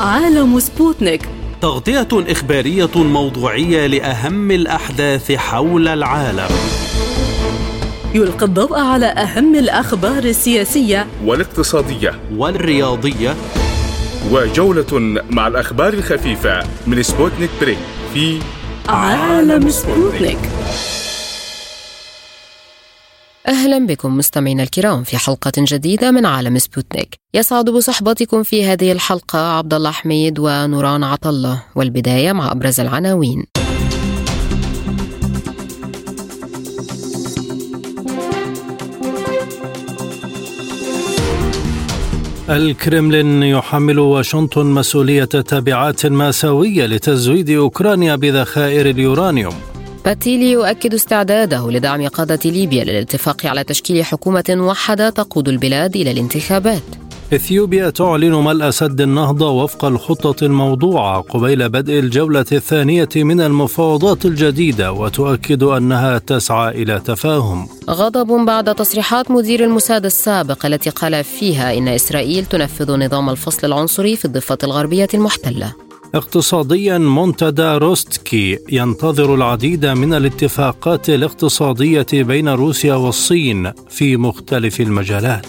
عالم سبوتنيك، تغطية إخبارية موضوعية لأهم الأحداث حول العالم. يلقي الضوء على أهم الأخبار السياسية والاقتصادية والرياضية، وجولة مع الأخبار الخفيفة من سبوتنيك بريك في عالم سبوتنيك. أهلا بكم مستمعينا الكرام في حلقة جديدة من عالم سبوتنيك. يسعد بصحبتكم في هذه الحلقة عبد الله حميد ونوران عطلة، والبداية مع أبرز العناوين. الكرملين يحمل واشنطن مسؤولية تبعات مأساوية لتزويد أوكرانيا بذخائر اليورانيوم. باتيلي يؤكد استعداده لدعم قادة ليبيا للاتفاق على تشكيل حكومة موحدة تقود البلاد إلى الانتخابات. إثيوبيا تعلن ملء سد النهضة وفق الخطة الموضوعة قبيل بدء الجولة الثانية من المفاوضات الجديدة، وتؤكد أنها تسعى إلى تفاهم. غضب بعد تصريحات مدير الموساد السابق التي قال فيها إن إسرائيل تنفذ نظام الفصل العنصري في الضفة الغربية المحتلة. اقتصاديا، منتدى روستكي ينتظر العديد من الاتفاقات الاقتصادية بين روسيا والصين في مختلف المجالات.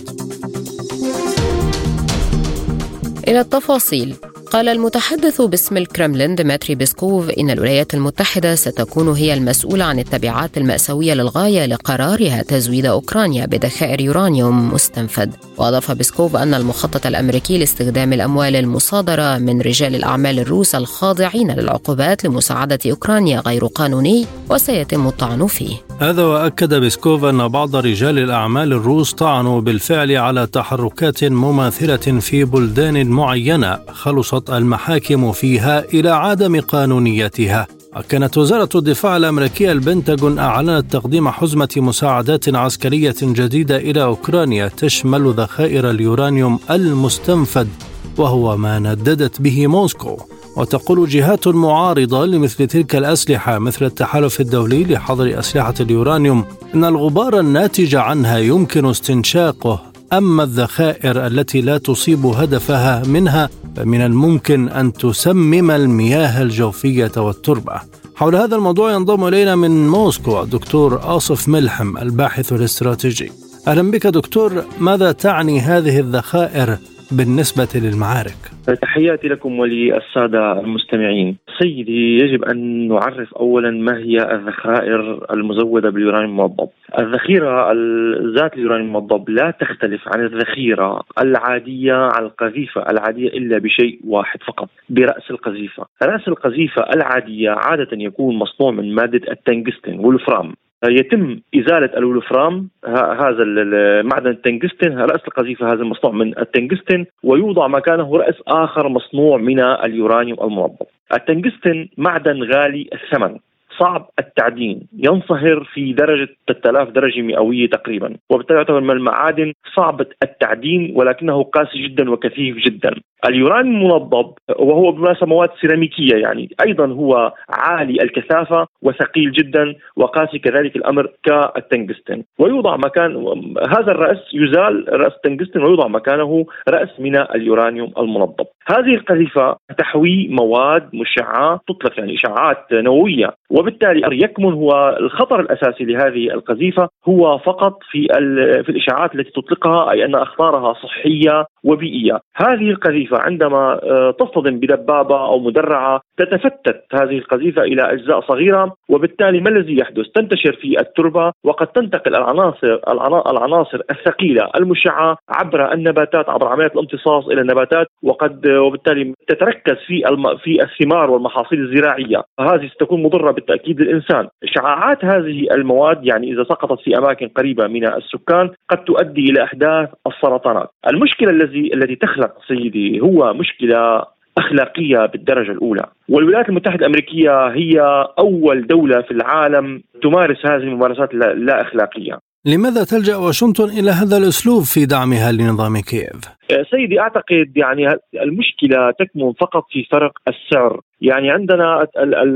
إلى التفاصيل. قال المتحدث باسم الكرملين ديمتري بيسكوف إن الولايات المتحدة ستكون هي المسؤولة عن التبعات المأساوية للغاية لقرارها تزويد أوكرانيا بذخائر يورانيوم مستنفد. وأضاف بيسكوف أن المخطط الأمريكي لاستخدام الأموال المصادرة من رجال الأعمال الروس الخاضعين للعقوبات لمساعدة أوكرانيا غير قانوني وسيتم الطعن فيه. هذا وأكد بيسكوف أن بعض رجال الأعمال الروس طعنوا بالفعل على تحركات مماثلة في بلدان معينة خلصت المحاكم فيها إلى عدم قانونيتها. كانت وزارة الدفاع الأمريكية البنتاغون أعلنت تقديم حزمة مساعدات عسكرية جديدة إلى أوكرانيا تشمل ذخائر اليورانيوم المستنفد، وهو ما نددت به موسكو. وتقول جهات معارضة لمثل تلك الأسلحة مثل التحالف الدولي لحظر أسلحة اليورانيوم إن الغبار الناتج عنها يمكن استنشاقه، أما الذخائر التي لا تصيب هدفها منها فمن الممكن أن تسمم المياه الجوفية والتربة. حول هذا الموضوع ينضم إلينا من موسكو الدكتور آصف ملحم الباحث الاستراتيجي. أهلا بك دكتور. ماذا تعني هذه الذخائر بالنسبة للمعارك؟ تحياتي لكم وللسادة المستمعين. سيدي، يجب أن نعرف أولا ما هي الذخائر المزودة باليورانيوم المضب. الذخيرة ذات اليورانيوم المضب لا تختلف عن الذخيرة العادية القذيفة العادية إلا بشيء واحد فقط، برأس القذيفة. رأس القذيفة العادية عادة يكون مصنوع من مادة التنجستن والفرام. يتم إزالة الولفرام، هذا المعدن التنجستن، رأس القذيفة هذا المصنوع من التنجستن، ويوضع مكانه رأس آخر مصنوع من اليورانيوم المنضب. التنجستن معدن غالي الثمن، صعب التعدين، ينصهر في درجة 3000 درجة مئوية تقريبا، وبالتالي يعتبر من المعادن صعبة التعدين ولكنه قاسي جدا وكثيف جدا. اليورانيوم المنضب وهو بالمناسبة مواد سيراميكية، يعني أيضا هو عالي الكثافة وثقيل جدا وقاسي كذلك الأمر كالتنجستن. ويوضع مكان هذا الرأس، يزال رأس التنجستن ويوضع مكانه رأس من اليورانيوم المنضب. هذه القذيفة تحوي مواد مشعة تطلق يعني إشعاعات نووية، وبالتالي يكمن هو الخطر الأساسي لهذه القذيفة هو فقط في الإشعاعات التي تطلقها، أي أن أخطارها صحية وبيئية. هذه القذيفة عندما تصطدم بدبابة أو مدرعة تتفتت هذه القذيفة إلى أجزاء صغيرة، وبالتالي ما الذي يحدث؟ تنتشر في التربة، وقد تنتقل العناصر الثقيلة المشعة عبر النباتات، عبر عملية الامتصاص إلى النباتات، وبالتالي تتركز في الثمار والمحاصيل الزراعية. هذه ستكون مضرة بالتأكيد للإنسان. إشعاعات هذه المواد يعني إذا سقطت في أماكن قريبة من السكان قد تؤدي إلى إحداث السرطانات. المشكلة التي تخلق سيدي هو مشكلة أخلاقية بالدرجة الأولى، والولايات المتحدة الأمريكية هي أول دولة في العالم تمارس هذه الممارسات اللا أخلاقية. لماذا تلجأ واشنطن إلى هذا الأسلوب في دعمها لنظام كييف؟ سيدي أعتقد يعني المشكلة تكمن فقط في فرق السعر. يعني عندنا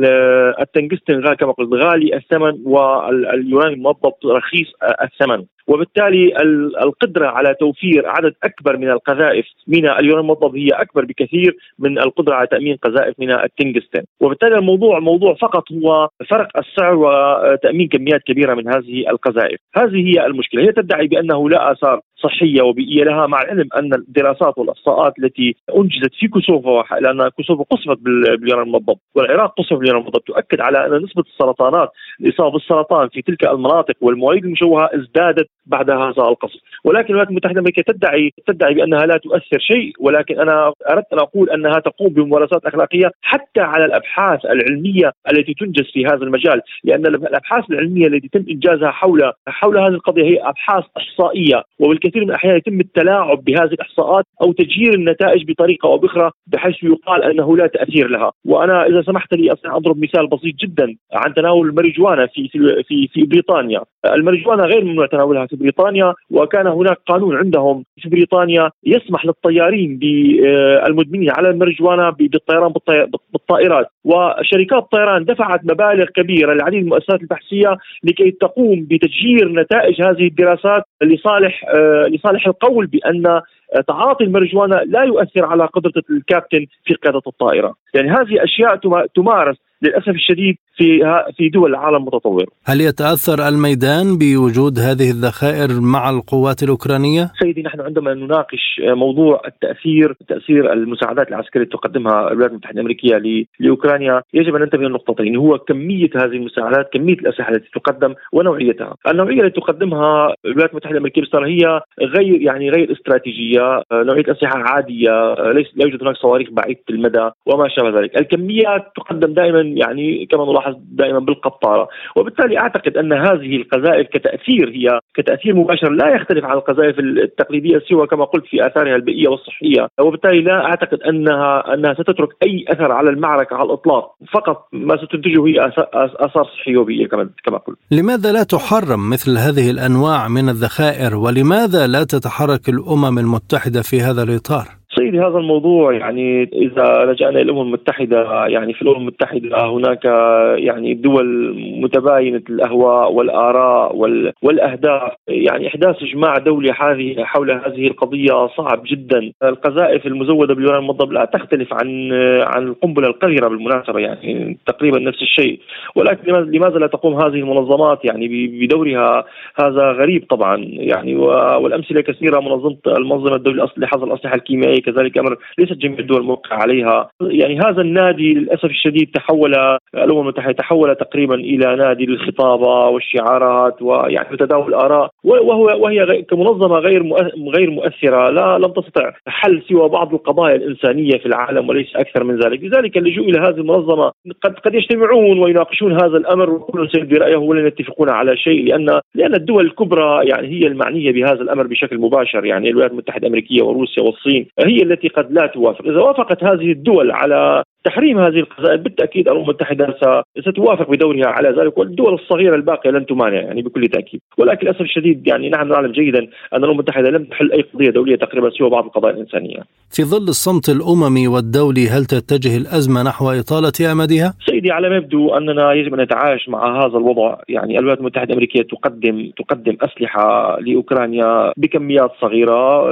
التنجستن كما قلت غالي الثمن، واليورانيوم المضب رخيص الثمن، وبالتالي القدرة على توفير عدد أكبر من القذائف من اليورانيوم المضب هي أكبر بكثير من القدرة على تأمين قذائف من التنجستن. وبالتالي الموضوع فقط هو فرق السعر وتأمين كميات كبيرة من هذه القذائف. هذه هي المشكلة. هي تدعي بأنه لا آثار صحية وبيئية لها، مع العلم أن الدراسات والإحصاءات التي أنجزت في كوسوفو، لأن كوسوفو قصفت باليورانيوم المضب والعراق قصف باليورانيوم المضب، تؤكد على أن نسبة السرطانات، الإصابة بالسرطان في تلك المناطق والموارد المشوهة ازدادت بعد هذا القصف. ولكن الولايات المتحدة الأمريكية تدعي بأنها لا تؤثر شيء، ولكن أنا أردت أن أقول أنها تقوم بممارسات أخلاقية حتى على الأبحاث العلمية التي تنجز في هذا المجال، لأن الأبحاث العلمية التي تم إنجازها حول هذه القضية هي أبحاث إحصائية، وبالكثير من الأحيان يتم التلاعب بهذه الإحصاءات أو تجهير النتائج بطريقة أو بأخرى بحيث يقال أنه لا تأثير لها. وأنا إذا سمحت لي أضرب مثال بسيط جدا عن تناول الماريجوانا في بريطانيا. الماريجوانا غير ممنوع تناولها في بريطانيا، وكان هناك قانون عندهم في بريطانيا يسمح للطيارين بالمدمنين على الماريجوانا بالطيران بالطائرات، وشركات الطيران دفعت مبالغ كبيرة للعديد من المؤسسات البحثية لكي تقوم بتجهير نتائج هذه الدراسات لصالح القول بأن تعاطي الماريجوانا لا يؤثر على قدرة الكابتن في قيادة الطائرة. يعني هذه أشياء تمارس للأسف الشديد في دول العالم المتطور. هل يتأثر الميدان بوجود هذه الذخائر مع القوات الأوكرانية؟ سيدي، نحن عندما نناقش موضوع تأثير المساعدات العسكرية التي تقدمها الولايات المتحدة الأمريكية لأوكرانيا، يجب أن ننتبه لنقطتين: هو كمية هذه المساعدات، كمية الأسلحة التي تقدم، ونوعيتها. النوعية التي تقدمها الولايات المتحدة الأمريكية بصراحة هي غير استراتيجية، نوعية أسلحة عادية، لا يوجد هناك صواريخ بعيدة المدى وما شابه ذلك. الكميات تقدم دائما يعني كما نلاحظ دائما بالقطارة، وبالتالي أعتقد أن هذه القذائف كتأثير مباشر لا يختلف عن القذائف التقليدية سوى كما قلت في آثارها البيئية والصحية، وبالتالي لا أعتقد أنها ستترك أي أثر على المعركة على الإطلاق، فقط ما ستنتجه هي آثار صحية وبيئية كما قلت. لماذا لا تحرم مثل هذه الأنواع من الذخائر، ولماذا لا تتحرك الأمم المتحدة في هذا الإطار؟ سيدي، هذا الموضوع يعني إذا لجأنا إلى الأمم المتحدة، يعني في الأمم المتحدة هناك يعني دول متباينة الأهواء والآراء والأهداف. يعني إحداث إجماع دولي حول هذه القضية صعب جدا. القذائف المزودة باليورانيوم المضب لا تختلف عن القنبلة القذرة بالمناسبة، يعني تقريبا نفس الشيء، ولكن لماذا لا تقوم هذه المنظمات يعني بدورها؟ هذا غريب طبعا يعني، والأمثلة كثيرة. المنظمة الدولية لحظر الأسلحة الكيميائية كذلك أمر ليست جميع الدول موقع عليها. يعني هذا النادي للأسف الشديد الأمم المتحدة تحول تقريبا إلى نادي للخطابة والشعارات ويعني تداول الآراء، وهي كمنظمة غير مؤثرة، لم تستطع حل سوى بعض القضايا الإنسانية في العالم وليس أكثر من ذلك. لذلك اللجوء إلى هذه المنظمة قد يجتمعون ويناقشون هذا الأمر وكل سيد برأيه ولن يتفقون على شيء، لأن الدول الكبرى يعني هي المعنية بهذا الأمر بشكل مباشر. يعني الولايات المتحدة الأمريكية وروسيا والصين هي التي قد لا توافق. إذا وافقت هذه الدول على تحريم هذه القذائف بالتأكيد الأمم المتحدة ستوافق بدورها على ذلك، والدول الصغيرة الباقية لن تمانع يعني بكل تأكيد. ولكن للأسف الشديد يعني نحن نعلم جيدا أن الأمم المتحدة لم تحل أي قضية دولية تقريبا سوى بعض القضايا الإنسانية. في ظل الصمت الأممي والدولي، هل تتجه الأزمة نحو إطالة أمدها؟ سيدي، على ما يبدو أننا يجب أن نتعايش مع هذا الوضع. يعني الولايات المتحدة الأمريكية تقدم أسلحة لأوكرانيا بكميات صغيرة،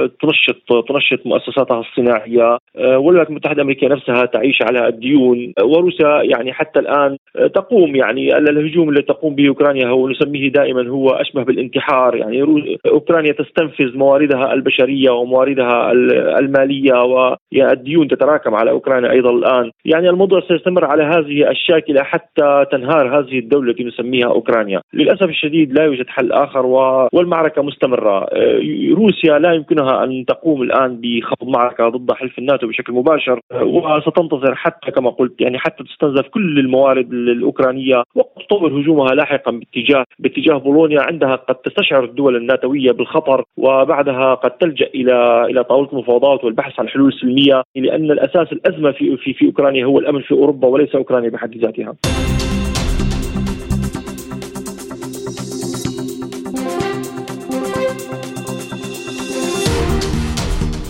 تنشط مؤسساتها الصناعية، والولايات المتحدة الأمريكية نفسها تعيش على الديون، وروسيا يعني حتى الآن تقوم يعني الهجوم الذي تقوم به أوكرانيا هو نسميه دائما هو أشبه بالانتحار. يعني أوكرانيا تستنفذ مواردها البشرية ومواردها المالية، والديون تتراكم على أوكرانيا أيضا الآن. يعني الموضوع سيستمر على هذه الشاكلة حتى تنهار هذه الدولة التي نسميها أوكرانيا. للأسف الشديد لا يوجد حل آخر والمعركة مستمرة. روسيا لا يمكنها أن تقوم الآن بخوض معركة ضد حلف الناتو بشكل مباشر، وستنتظر حتى كما قلت يعني حتى تستنزف كل الموارد الأوكرانية وتطور هجومها لاحقا باتجاه بولونيا. عندها قد تستشعر الدول الناتوية بالخطر، وبعدها قد تلجأ إلى طاولة المفاوضات والبحث عن حلول سلمية، لأن الأساس الأزمة في أوكرانيا هو الأمن في أوروبا وليس أوكرانيا بحد ذاتها.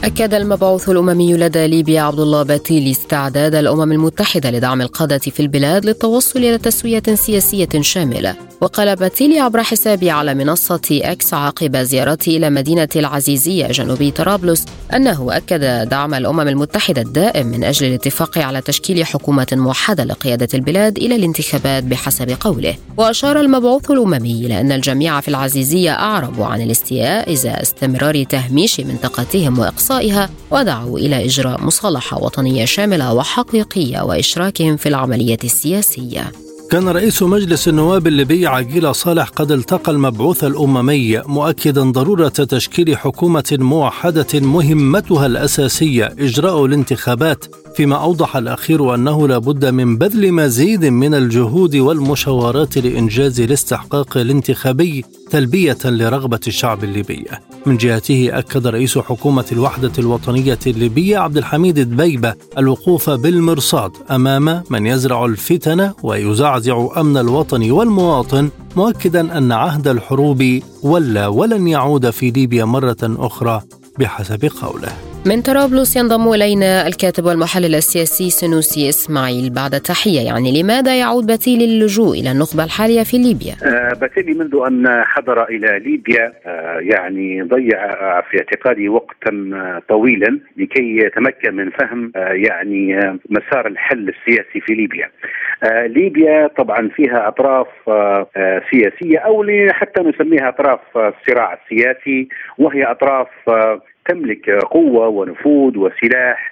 أكد المبعوث الأممي لدى ليبيا عبد الله باتيلي استعداد الأمم المتحدة لدعم القادة في البلاد للتوصل إلى تسوية سياسية شاملة. وقال باتيلي عبر حسابه على منصة إكس عقب زيارته إلى مدينة العزيزية جنوب طرابلس أنه أكد دعم الأمم المتحدة الدائم من أجل الاتفاق على تشكيل حكومة موحدة لقيادة البلاد إلى الانتخابات بحسب قوله. وأشار المبعوث الأممي إلى أن الجميع في العزيزية أعربوا عن الاستياء إزاء استمرار تهميش منطقتهم وإقصائها، ودعوا إلى إجراء مصالحة وطنية شاملة وحقيقية وإشراكهم في العملية السياسية. كان رئيس مجلس النواب الليبي عقيل صالح قد التقى المبعوث الأممي مؤكدا ضرورة تشكيل حكومة موحدة مهمتها الأساسية إجراء الانتخابات، فيما أوضح الأخير أنه لا بد من بذل مزيد من الجهود والمشاورات لإنجاز الاستحقاق الانتخابي تلبية لرغبة الشعب الليبي. من جهته أكد رئيس حكومة الوحدة الوطنية الليبية عبد الحميد دبيبة الوقوف بالمرصاد أمام من يزرع الفتن ويزعزع أمن الوطن والمواطن، مؤكدا أن عهد الحروب ولن يعود في ليبيا مرة أخرى بحسب قوله. من طرابلس ينضم إلينا الكاتب والمحلل السياسي سنوسي إسماعيل. بعد تحية، يعني لماذا يعود باتيلي للجوء إلى النخبة الحالية في ليبيا؟ باتيلي منذ أن حضر إلى ليبيا يعني ضيع في اعتقادي وقتا طويلا لكي يتمكن من فهم يعني مسار الحل السياسي في ليبيا. ليبيا طبعا فيها أطراف سياسية أو حتى نسميها أطراف الصراع السياسي، وهي أطراف تملك قوة ونفوذ وسلاح.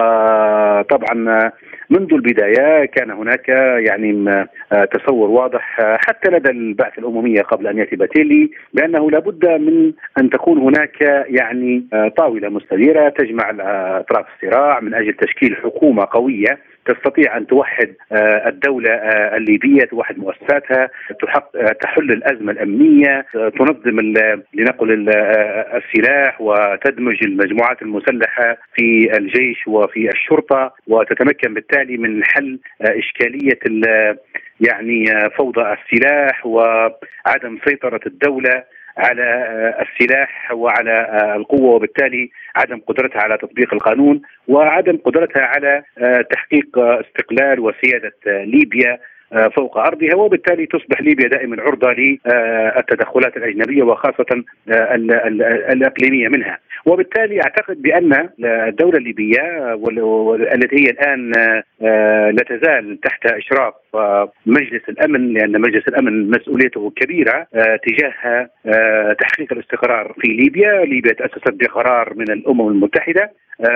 وطبعا منذ البداية كان هناك يعني تصور واضح حتى لدى البعثة الأممية قبل أن يأتي باتيلي بأنه لابد من أن تكون هناك يعني طاولة مستديرة تجمع أطراف الصراع من أجل تشكيل حكومة قوية تستطيع أن توحد الدولة الليبية، توحد مؤسساتها، تحل الأزمة الأمنية، تنظم لنقل السلاح وتدمج المجموعات المسلحة في الجيش وفي الشرطة، وتتمكن بالتالي من حل إشكالية يعني فوضى السلاح وعدم سيطرة الدولة على السلاح وعلى القوة، وبالتالي عدم قدرتها على تطبيق القانون وعدم قدرتها على تحقيق استقلال وسيادة ليبيا فوق أرضها، وبالتالي تصبح ليبيا دائما عرضة للتدخلات الأجنبية وخاصة الإقليمية منها. وبالتالي أعتقد بأن الدولة الليبية التي هي الآن لا تزال تحت إشراف مجلس الأمن، لأن مجلس الأمن مسؤوليته كبيرة تجاه تحقيق الاستقرار في ليبيا. ليبيا تأسست بقرار من الأمم المتحدة،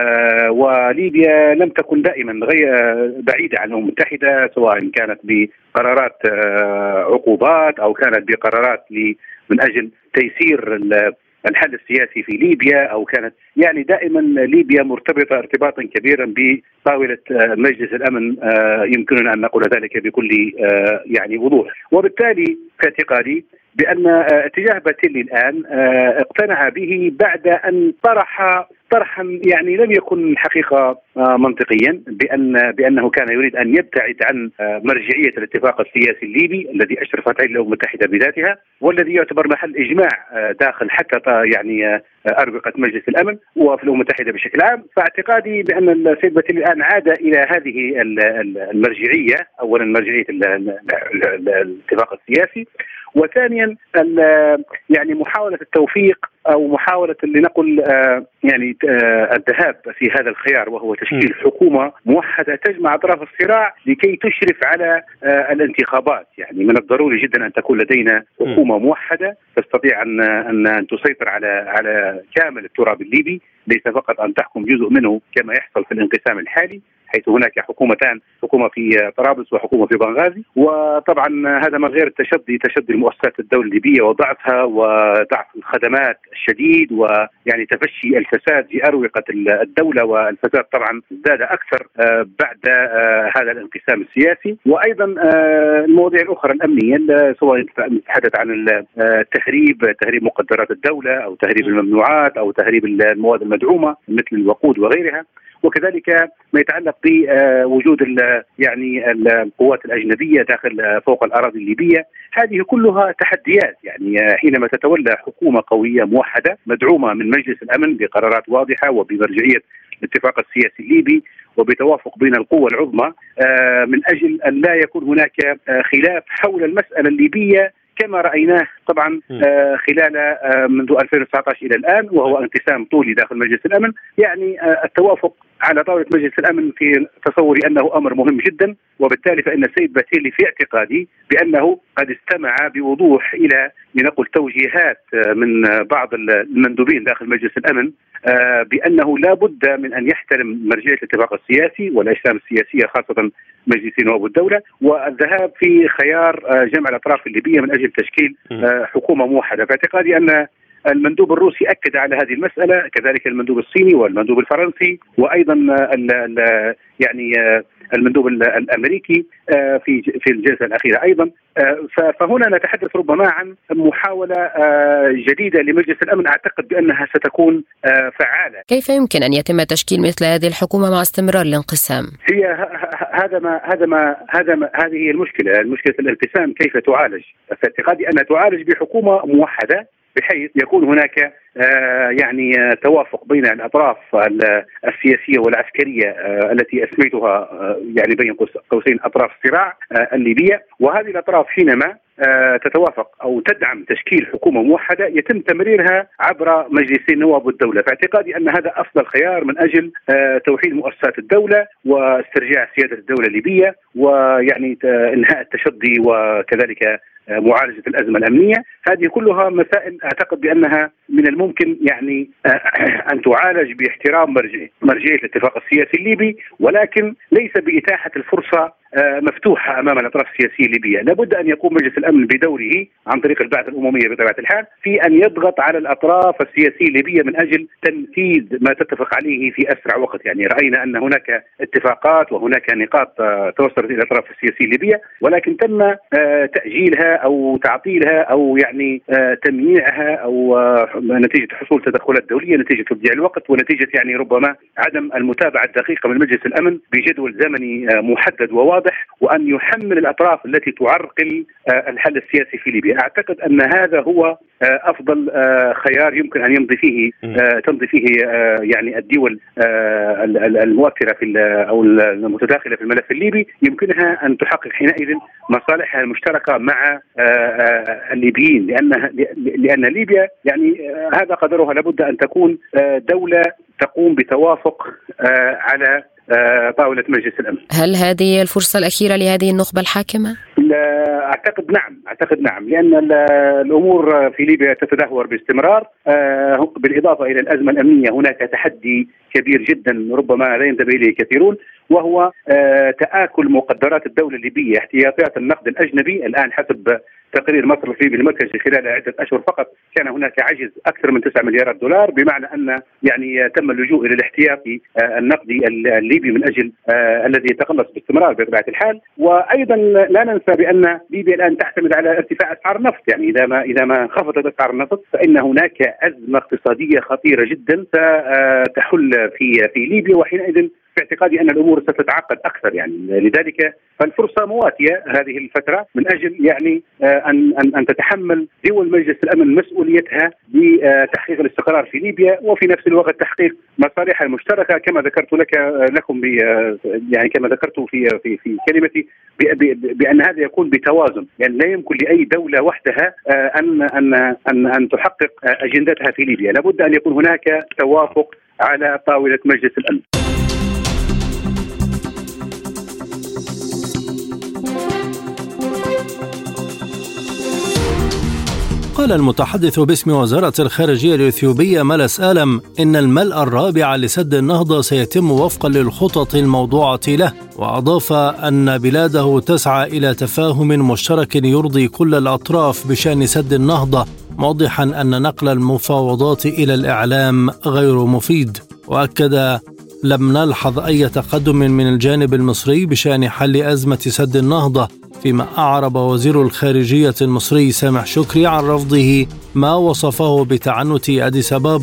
وليبيا لم تكن دائما بعيدة عن الأمم المتحدة، سواء كانت بقرارات عقوبات أو كانت بقرارات من أجل تيسير الحل السياسي في ليبيا، أو كانت يعني دائما ليبيا مرتبطة ارتباطا كبيرا بطاولة مجلس الأمن، يمكننا أن نقول ذلك بكل يعني وضوح. وبالتالي في اعتقادي بأن اتجاه باتيلي الآن اقتنع به بعد أن طرحا يعني لم يكن حقيقة منطقيا بأنه كان يريد أن يبتعد عن مرجعية الاتفاق السياسي الليبي الذي أشرفت عليه الأمم المتحدة بذاتها، والذي يعتبر محل إجماع داخل حتى يعني أربقة مجلس الأمن وفي الأمم المتحدة بشكل عام. فاعتقادي بأن السيد باتيلي الآن عاد إلى هذه المرجعية، أولا مرجعية الاتفاق السياسي، وثانيا يعني محاولة التوفيق أو محاولة لنقل يعني الذهاب في هذا الخيار، وهو تشكيل حكومة موحدة تجمع أطراف الصراع لكي تشرف على الانتخابات. يعني من الضروري جدا أن تكون لدينا حكومة موحدة تستطيع أن تسيطر على كامل التراب الليبي، ليس فقط أن تحكم جزء منه كما يحصل في الانقسام الحالي، حيث هناك حكومتان، حكومة في طرابلس وحكومة في بنغازي. وطبعا هذا من غير تشدي المؤسسات الدولة الليبية وضعفها وضعف الخدمات الشديد، ويعني تفشي الفساد في أروقة الدولة، والفساد طبعا ازداد أكثر بعد هذا الانقسام السياسي. وأيضا المواضيع الأخرى الأمنية، سواء نتحدث عن تهريب مقدرات الدولة أو تهريب الممنوعات أو تهريب المواد المدعومة مثل الوقود وغيرها. وكذلك ما يتعلق بوجود يعني القوات الأجنبية داخل فوق الأراضي الليبية. هذه كلها تحديات، يعني حينما تتولى حكومة قوية موحدة مدعومة من مجلس الأمن بقرارات واضحة وبمرجعية الاتفاق السياسي الليبي وبتوافق بين القوى العظمى من أجل أن لا يكون هناك خلاف حول المسألة الليبية كما رأيناه طبعا خلال منذ 2019 إلى الآن، وهو انقسام طولي داخل مجلس الأمن. يعني التوافق على طاولة مجلس الأمن في تصوري أنه أمر مهم جدا، وبالتالي فإن السيد باتيلي في اعتقادي بأنه قد استمع بوضوح إلى لنقل توجيهات من بعض المندوبين داخل مجلس الأمن بأنه لا بد من أن يحترم مرجعية الاتفاق السياسي والأجسام السياسية خاصة مجلس نواب الدولة، والذهاب في خيار جمع الأطراف الليبية من أجل تشكيل حكومة موحدة. باعتقادي أن المندوب الروسي أكد على هذه المسألة، كذلك المندوب الصيني والمندوب الفرنسي، وأيضا يعني المندوب الأمريكي في الجلسة الأخيرة أيضا. فهنا نتحدث ربما عن محاولة جديدة لمجلس الأمن، أعتقد بأنها ستكون فعالة. كيف يمكن أن يتم تشكيل مثل هذه الحكومة مع استمرار الانقسام؟ هذه هي المشكلة الانقسام كيف تعالج؟ في اعتقادي أنها تعالج بحكومة موحدة بحيث يكون هناك يعني توافق بين الأطراف السياسية والعسكرية التي أسميتها يعني بين قوسين أطراف الصراع الليبية، وهذه الأطراف حينما تتوافق أو تدعم تشكيل حكومة موحدة يتم تمريرها عبر مجلسي نواب الدولة. فاعتقادي أن هذا أفضل خيار من أجل توحيد مؤسسات الدولة واسترجاع سيادة الدولة الليبية، ويعني إنهاء التشظي وكذلك معالجة الأزمة الأمنية. هذه كلها مسائل أعتقد بأنها من الممكن يعني أن تعالج باحترام مرجعية الاتفاق السياسي الليبي، ولكن ليس بإتاحة الفرصة مفتوحة أمام الأطراف السياسية الليبية. لابد أن يقوم مجلس الأمن بدوره عن طريق البعثة الأممية بطبيعة الحال في أن يضغط على الأطراف السياسية الليبية من أجل تنفيذ ما تتفق عليه في أسرع وقت. يعني رأينا أن هناك اتفاقات وهناك نقاط توصلت إلى الأطراف السياسية الليبية، ولكن تم تأجيلها أو تعطيلها أو يعني تمييعها أو نتيجة حصول تدخلات دولية، نتيجة تضييع الوقت، ونتيجة يعني ربما عدم المتابعة الدقيقة من مجلس الأمن بجدول زمني محدد وواضح، وأن يحمل الأطراف التي تعرقل الحل السياسي في ليبيا. أعتقد أن هذا هو أفضل خيار يمكن أن تمضي فيه يعني الدول المؤثرة في أو المتداخلة في الملف الليبي، يمكنها أن تحقق حينئذ مصالحها المشتركة مع الليبيين، لأن ليبيا يعني هذا قدرها، لابد أن تكون دولة تقوم بتوافق على طاولة مجلس الأمن. هل هذه الفرصة الأخيرة لهذه النخبة الحاكمة؟ أعتقد نعم، لأن الأمور في ليبيا تتدهور باستمرار، بالإضافة إلى الأزمة الأمنية هناك تحدي كبير جدا ربما لا ينتبه إليه كثيرون، وهو تآكل مقدرات الدولة الليبية. احتياطات النقد الأجنبي الآن حسب تقرير مصرف ليبي المركزي خلال عدة أشهر فقط كان هناك عجز أكثر من 9 مليارات دولار، بمعنى أن يعني تم اللجوء إلى الاحتياطي النقدي الليبي من أجل الذي يتقلص باستمرار بطبيعة الحال. وأيضا لا ننسى بأن ليبيا الآن تعتمد على ارتفاع أسعار النفط، يعني إذا ما انخفضت أسعار النفط فإن هناك أزمة اقتصادية خطيرة جدا ستحل في ليبيا، وحينئذ في اعتقادي أن الأمور ستتعقد أكثر. يعني لذلك فالفرصة مواتية هذه الفترة من أجل يعني أن تتحمل دول مجلس الأمن مسؤوليتها بتحقيق الاستقرار في ليبيا، وفي نفس الوقت تحقيق مصالحها المشتركة كما ذكرت لكم يعني كما ذكرت في كلمتي بأن هذا يكون بتوازن. يعني لا يمكن لأي دولة وحدها أن تحقق أجندتها في ليبيا، لابد أن يكون هناك توافق على طاولة مجلس الأمن. قال المتحدث باسم وزارة الخارجية الإثيوبية ملس آلم إن الملء الرابع لسد النهضة سيتم وفقا للخطط الموضوعة له، وأضاف أن بلاده تسعى إلى تفاهم مشترك يرضي كل الأطراف بشأن سد النهضة، موضحا أن نقل المفاوضات إلى الإعلام غير مفيد. وأكد لم نلحظ أي تقدم من الجانب المصري بشأن حل أزمة سد النهضة، فيما أعرب وزير الخارجية المصري سامح شكري عن رفضه ما وصفه بتعنت أديس أبابا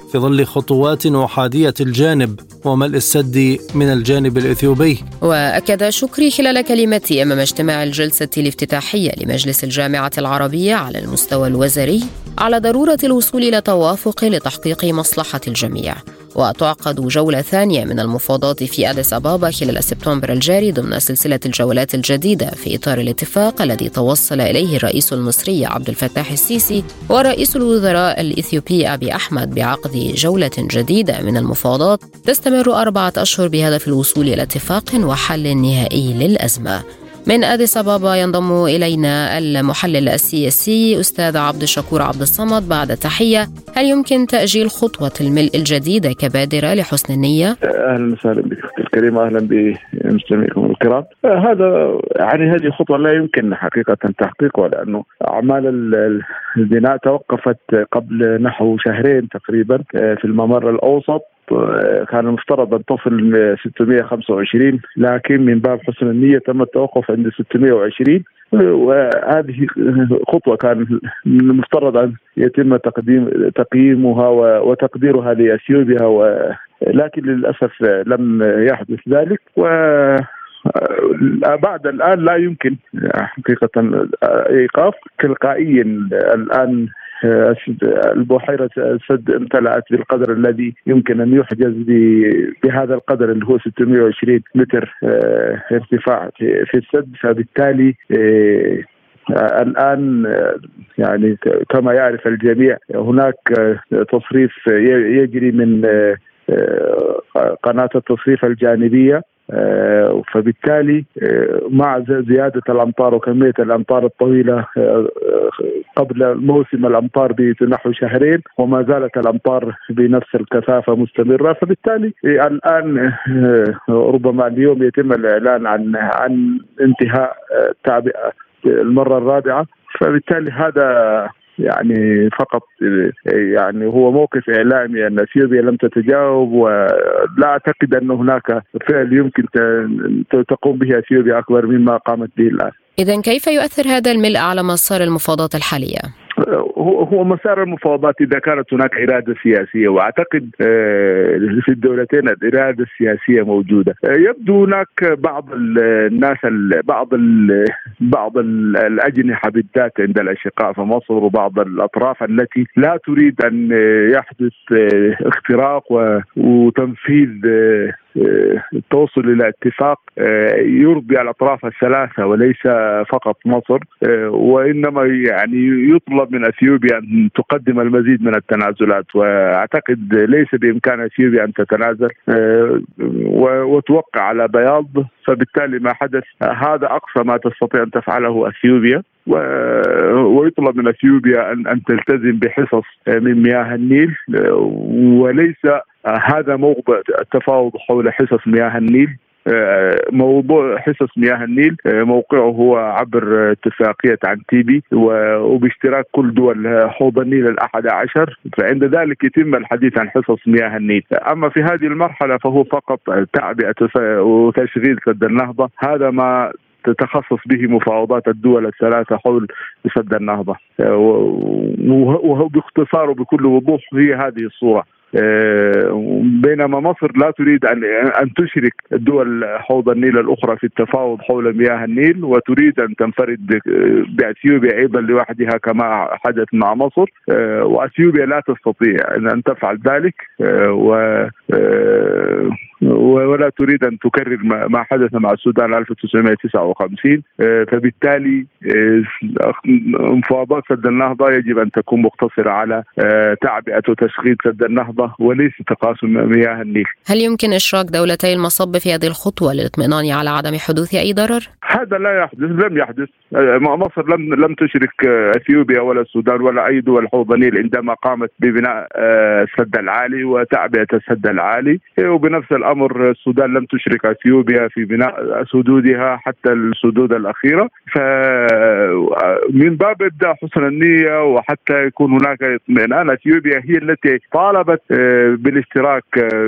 في ظل خطوات أحادية الجانب وملء السد من الجانب الإثيوبي. وأكد شكري خلال كلمته أمام اجتماع الجلسة الافتتاحية لمجلس الجامعة العربية على المستوى الوزاري على ضرورة الوصول إلى توافق لتحقيق مصلحة الجميع. وتعقد جولة ثانية من المفاوضات في أديس أبابا خلال سبتمبر الجاري ضمن سلسلة الجولات الجديدة في إطار الاتفاق الذي توصل إليه الرئيس المصري عبد الفتاح السيسي ورئيس الوزراء الإثيوبي أبي أحمد بعقد جولة جديدة من المفاوضات تستمر 4 أشهر بهدف الوصول إلى اتفاق وحل نهائي للأزمة. من أديس أبابا ينضم إلينا المحلل السياسي أستاذ عبد الشكور عبد الصمد. بعد تحية، هل يمكن تأجيل خطوة الملء الجديدة كبادرة لحسن النية؟ أهلا وسهلا بك أختي الكريمة، أهلا بمستمعيكم الكرام. هذه الخطوة لا يمكن حقيقة تحقيقها، لأنه أعمال البناء توقفت قبل نحو شهرين تقريبا في الممر الأوسط. كان المفترض أن تصل 625، لكن من باب حسن النية تم التوقف عند 620، وهذه خطوة كان المفترض أن يتم تقييمها وتقديرها لأثيوبيا، لكن للأسف لم يحدث ذلك. بعد الآن لا يمكن حقيقة إيقاف تلقائيا. الآن البحيرة السد امتلأت بالقدر الذي يمكن أن يحجز بهذا القدر اللي هو 620 متر ارتفاع في السد. فبالتالي الآن يعني كما يعرف الجميع هناك تصريف يجري من قناة التصريف الجانبية، فبالتالي مع زيادة الأمطار وكمية الأمطار الطويلة قبل موسم الأمطار بنحو شهرين، وما زالت الأمطار بنفس الكثافة مستمرة، فبالتالي الآن ربما اليوم يتم الإعلان عن انتهاء التعبئة المرة الرابعة. فبالتالي هذا يعني فقط يعني هو موقف إعلامي أن أثيوبيا لم تتجاوب، ولا أعتقد أن هناك فعل يمكن تقوم به أثيوبيا أكبر مما قامت به الآن. إذن كيف يؤثر هذا الملء على مسار المفاوضات الحالية؟ هو مسار المفاوضات إذا كانت هناك إرادة سياسية، وأعتقد في الدولتين الإرادة السياسية موجودة. يبدو هناك بعض الناس بعض الأجنحة بالذات عند الأشقاء في مصر وبعض الأطراف التي لا تريد أن يحدث اختراق وتنفيذ التوصل إلى اتفاق يرضي الأطراف الثلاثة وليس فقط مصر، وإنما يعني يطلب من أثيوبيا أن تقدم المزيد من التنازلات. وأعتقد ليس بإمكان أثيوبيا أن تتنازل وتوقع على بياض، فبالتالي ما حدث هذا أقصى ما تستطيع أن تفعله أثيوبيا، ويطلب من أثيوبيا أن تلتزم بحصص من مياه النيل، وليس هذا موضع التفاوض حول حصص مياه النيل. موضوع حصص مياه النيل موقعه هو عبر اتفاقية عنتيبي وباشتراك كل دول حوض النيل 11، فعند ذلك يتم الحديث عن حصص مياه النيل. أما في هذه المرحلة فهو فقط تعبئة وتشغيل سد النهضة، هذا ما تتخصص به مفاوضات الدول الثلاثة حول سد النهضة، وهو باختصار وبكل وضوح هي هذه الصورة. بينما مصر لا تريد أن تشرك الدول حوض النيل الأخرى في التفاوض حول مياه النيل، وتريد أن تنفرد بأثيوبيا أيضا لوحدها كما حدث مع مصر، وأثيوبيا لا تستطيع أن تفعل ذلك، ولا تريد أن تكرر ما حدث مع السودان 1959. فبالتالي مفاوضات سد النهضة يجب أن تكون مقتصرة على تعبئة وتشغيل سد النهضة وليس تقاسم مياه النيل. هل يمكن إشراك دولتي المصب في هذه الخطوة للاطمئنان على عدم حدوث أي ضرر؟ هذا لا يحدث، لم يحدث. مصر لم تشرك أثيوبيا ولا السودان ولا أي دول حوض النيل عندما قامت ببناء السد العالي وتعبئة السد العالي، وبنفس الأمر الأمر السودان لم تشرك أثيوبيا في بناء سدودها حتى السدود الأخيرة، فمن باب إبداء حسن النية وحتى يكون هناك اطمئنان، أثيوبيا هي التي طالبت بالاشتراك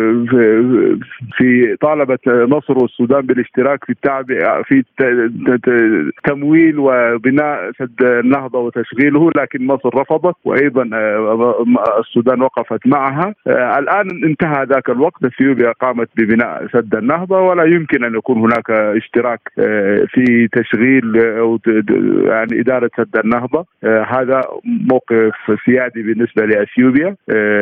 في طالبت مصر والسودان بالاشتراك في تمويل وبناء سد النهضة وتشغيله، لكن مصر رفضت، وأيضا السودان وقفت معها. الآن انتهى ذاك الوقت، اثيوبيا قامت ببناء سد النهضة، ولا يمكن أن يكون هناك اشتراك في تشغيل أو يعني إدارة سد النهضة. هذا موقف سيادي بالنسبة لأثيوبيا،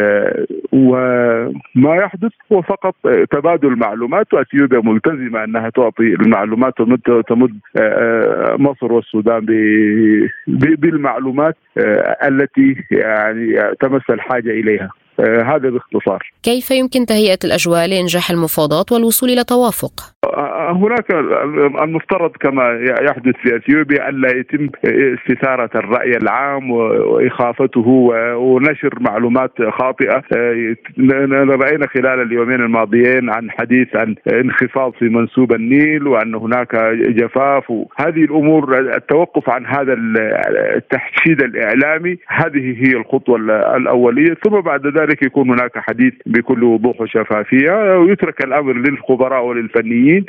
وما يحدث هو فقط تبادل معلومات، وأثيوبيا ملتزمة أنها تعطي المعلومات وتمد مصر والسودان بالمعلومات التي يعني تمس الحاجة إليها. هذا باختصار. كيف يمكن تهيئة الأجواء لإنجاح المفاوضات والوصول إلى توافق؟ هناك المفترض كما يحدث في أثيوبيا ألا يتم استثارة الرأي العام وإخافته ونشر معلومات خاطئة. رأينا خلال اليومين الماضيين عن حديث عن انخفاض في منسوب النيل وأن هناك جفاف، هذه الأمور التوقف عن هذا التحشيد الإعلامي هذه هي الخطوة الأولية، ثم بعد ذلك يكون هناك حديث بكل وضوح وشفافية، ويترك الأمر للخبراء وللفنيين،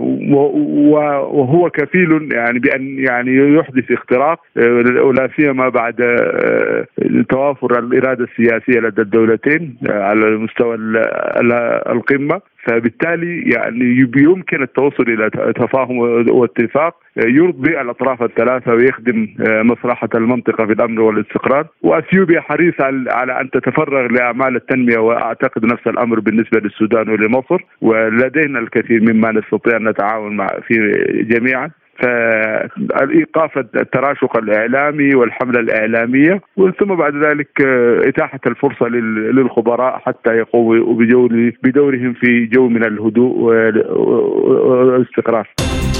وهو كفيل يعني بأن يعني يحدث اختراق، ولا سيما بعد توافر الإرادة السياسية لدى الدولتين على مستوى القمة. فبالتالي يعني يمكن التوصل إلى تفاهم واتفاق يرضي الأطراف الثلاثة ويخدم مصلحة المنطقة في الأمن والاستقرار. وأثيوبيا حريصة على أن تتفرغ لأعمال التنمية، وأعتقد نفس الأمر بالنسبة للسودان ولمصر، ولدينا الكثير مما نستطيع أن نتعاون فيه جميعا. فالإيقاف التراشق الإعلامي والحملة الإعلامية، ثم بعد ذلك إتاحة الفرصة للخبراء حتى يقوموا بدورهم في جو من الهدوء والاستقرار.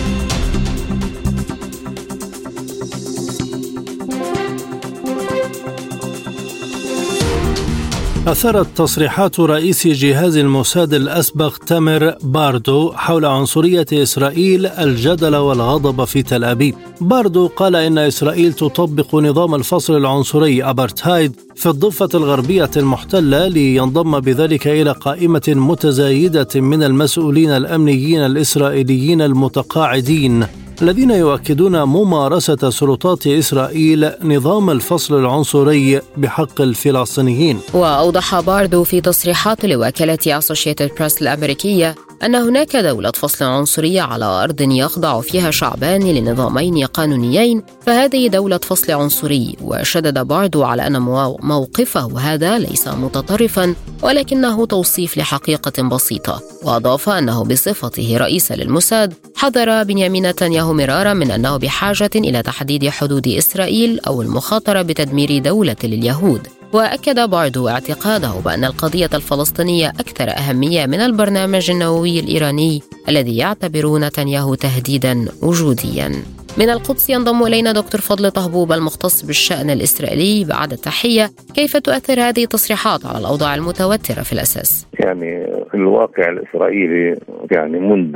أثرت تصريحات رئيس جهاز الموساد الأسبق تامر باردو حول عنصرية إسرائيل الجدل والغضب في تل أبيب. باردو قال إن إسرائيل تطبق نظام الفصل العنصري أبرتهايد في الضفة الغربية المحتلة، لينضم بذلك إلى قائمة متزايدة من المسؤولين الأمنيين الإسرائيليين المتقاعدين الذين يؤكدون ممارسة سلطات إسرائيل نظام الفصل العنصري بحق الفلسطينيين. وأوضح باردو في تصريحات لوكالة أسوشيتد بريس الأمريكية أن هناك دولة فصل عنصرية على أرض يخضع فيها شعبان لنظامين قانونيين، فهذه دولة فصل عنصري. وشدد باردو على أن موقفه هذا ليس متطرفا ولكنه توصيف لحقيقة بسيطة، وأضاف أنه بصفته رئيسا للموساد حذر بنيامين نتنياهو مرارا من أنه بحاجة إلى تحديد حدود إسرائيل أو المخاطرة بتدمير دولة لليهود. وأكد باردو اعتقاده بأن القضية الفلسطينية أكثر أهمية من البرنامج النووي الإيراني الذي يعتبر نتنياهو تهديدا وجوديا. من القدس ينضم إلينا دكتور فضل طهبوب المختص بالشأن الإسرائيلي. بعد التحية، كيف تؤثر هذه التصريحات على الأوضاع المتوترة في الأساس؟ يعني الواقع الإسرائيلي يعني منذ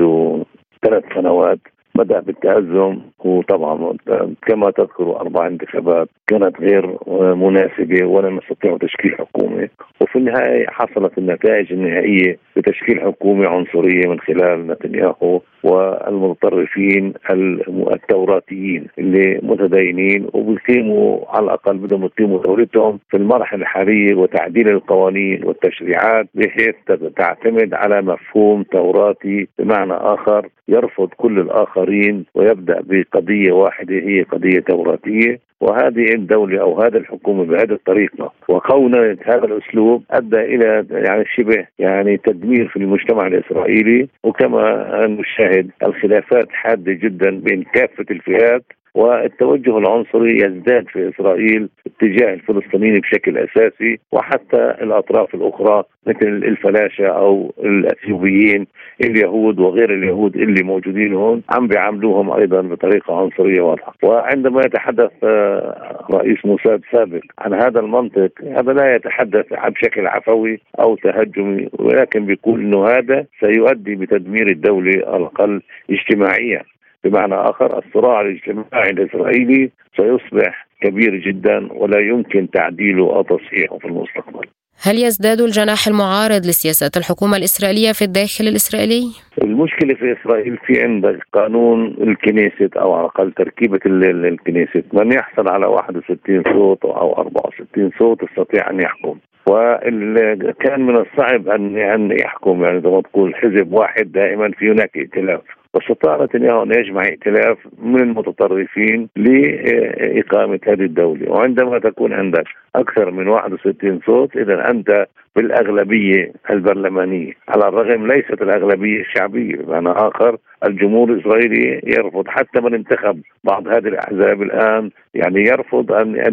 3 سنوات بدأ بالتأزم، وطبعا كما تذكر 4 انتخابات كانت غير مناسبة ولا نستطيع تشكيل حكومة، وفي النهاية حصلت النتائج النهائية بتشكيل حكومة عنصرية من خلال نتنياهو والمتطرفين التوراتيين اللي متدينين وبيقيموا على الأقل بدهم يقيموا دولتهم في المرحلة الحالية وتعديل القوانين والتشريعات بحيث تعتمد على مفهوم توراتي، بمعنى آخر يرفض كل الآخرين ويبدأ بقضية واحدة هي قضية توراتية. وهذه الدولة أو هذا الحكومة بهذه الطريقة وكونت هذا الأسلوب أدى إلى يعني شبه يعني تدمير في المجتمع الإسرائيلي، وكما نشاهد الخلافات حادة جدا بين كافة الفئات والتوجه العنصري يزداد في إسرائيل اتجاه الفلسطينيين بشكل أساسي، وحتى الأطراف الأخرى مثل الفلاشة أو الأثيوبيين اليهود وغير اليهود اللي موجودين هون عم بيعاملوهم أيضا بطريقة عنصرية واضحة. وعندما يتحدث رئيس موساد سابق عن هذا المنطق، هذا لا يتحدث بشكل عفوي أو تهجمي، ولكن بيقول إنه هذا سيؤدي بتدمير الدولة على الأقل اجتماعيا. بمعنى آخر، الصراع الاجتماعي الإسرائيلي سيصبح كبير جدا ولا يمكن تعديله أو تصحيحه في المستقبل. هل يزداد الجناح المعارض لسياسات الحكومة الإسرائيلية في الداخل الإسرائيلي؟ المشكلة في إسرائيل في عندك قانون الكنيسة أو على الأقل تركيبة الكنيسة، من يحصل على 61 صوت أو 64 صوت يستطيع أن يحكم، وكان من الصعب أن يحكم، يعني زي ما تقول حزب واحد دائما في هناك ائتلاف، واستطاع نتنياهو أن يجمع ائتلاف من المتطرفين لإقامة هذه الدولة. وعندما تكون عندك أكثر من 61 صوت، إذا أنت بالأغلبية البرلمانية، على الرغم ليست الأغلبية الشعبية. بمعنى آخر، الجمهور الإسرائيلي يرفض، حتى من انتخب بعض هذه الأحزاب الآن يعني يرفض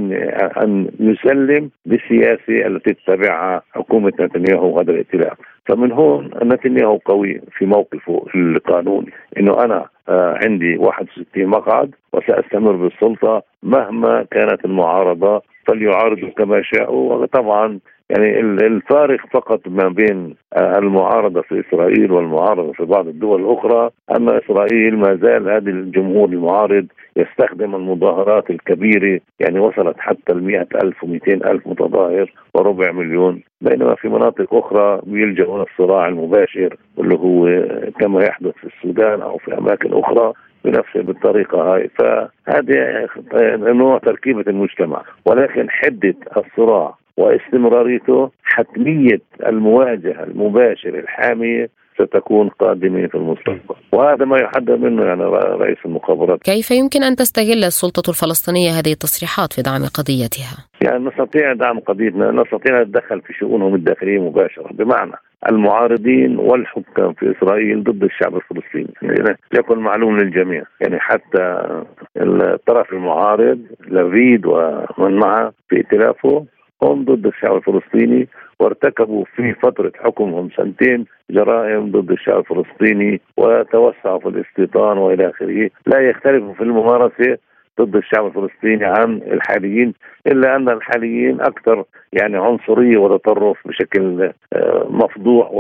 أن يسلم بالسياسة التي تتبعها حكومة نتنياهو وهذا الائتلاف. فمن هون نتنياهو قوي في موقفه القانوني، إنه أنا عندي 61 مقعد وسأستمر بالسلطة مهما كانت المعارضة، فليعارضوا كما شاءوا. وطبعا يعني الفارق فقط ما بين المعارضة في إسرائيل والمعارضة في بعض الدول الأخرى أن إسرائيل ما زال هذا الجمهور المعارض يستخدم المظاهرات الكبيرة، يعني وصلت حتى 100,000 و200,000 متظاهر وربع مليون، بينما في مناطق أخرى بيلجأون الصراع المباشر واللي هو كما يحدث في السودان أو في أماكن أخرى بنفس بالطريقة هاي. فهذه نوع تركيبة المجتمع، ولكن حدة الصراع واستمراريته، حتمية المواجهة المباشرة الحامية ستكون قادمة في المستقبل، وهذا ما يحدد منه يعني رئيس المخابرات. كيف يمكن أن تستغل السلطة الفلسطينية هذه التصريحات في دعم قضيتها؟ يعني نستطيع دعم قضيتنا، نستطيع نتدخل في شؤونهم الداخلية مباشرة، بمعنى المعارضين والحكام في إسرائيل ضد الشعب الفلسطيني، يعني يكون معلوم للجميع. يعني حتى الطرف المعارض لفيد ومن معه في ائتلافه هم ضد الشعب الفلسطيني، وارتكبوا في فترة حكمهم 2 سنين جرائم ضد الشعب الفلسطيني وتوسعوا في الاستيطان وإلى آخره. لا يختلفوا في الممارسة ضد الشعب الفلسطيني عن الحاليين، إلا أن الحاليين أكثر يعني عنصرية وتطرف بشكل مفضوح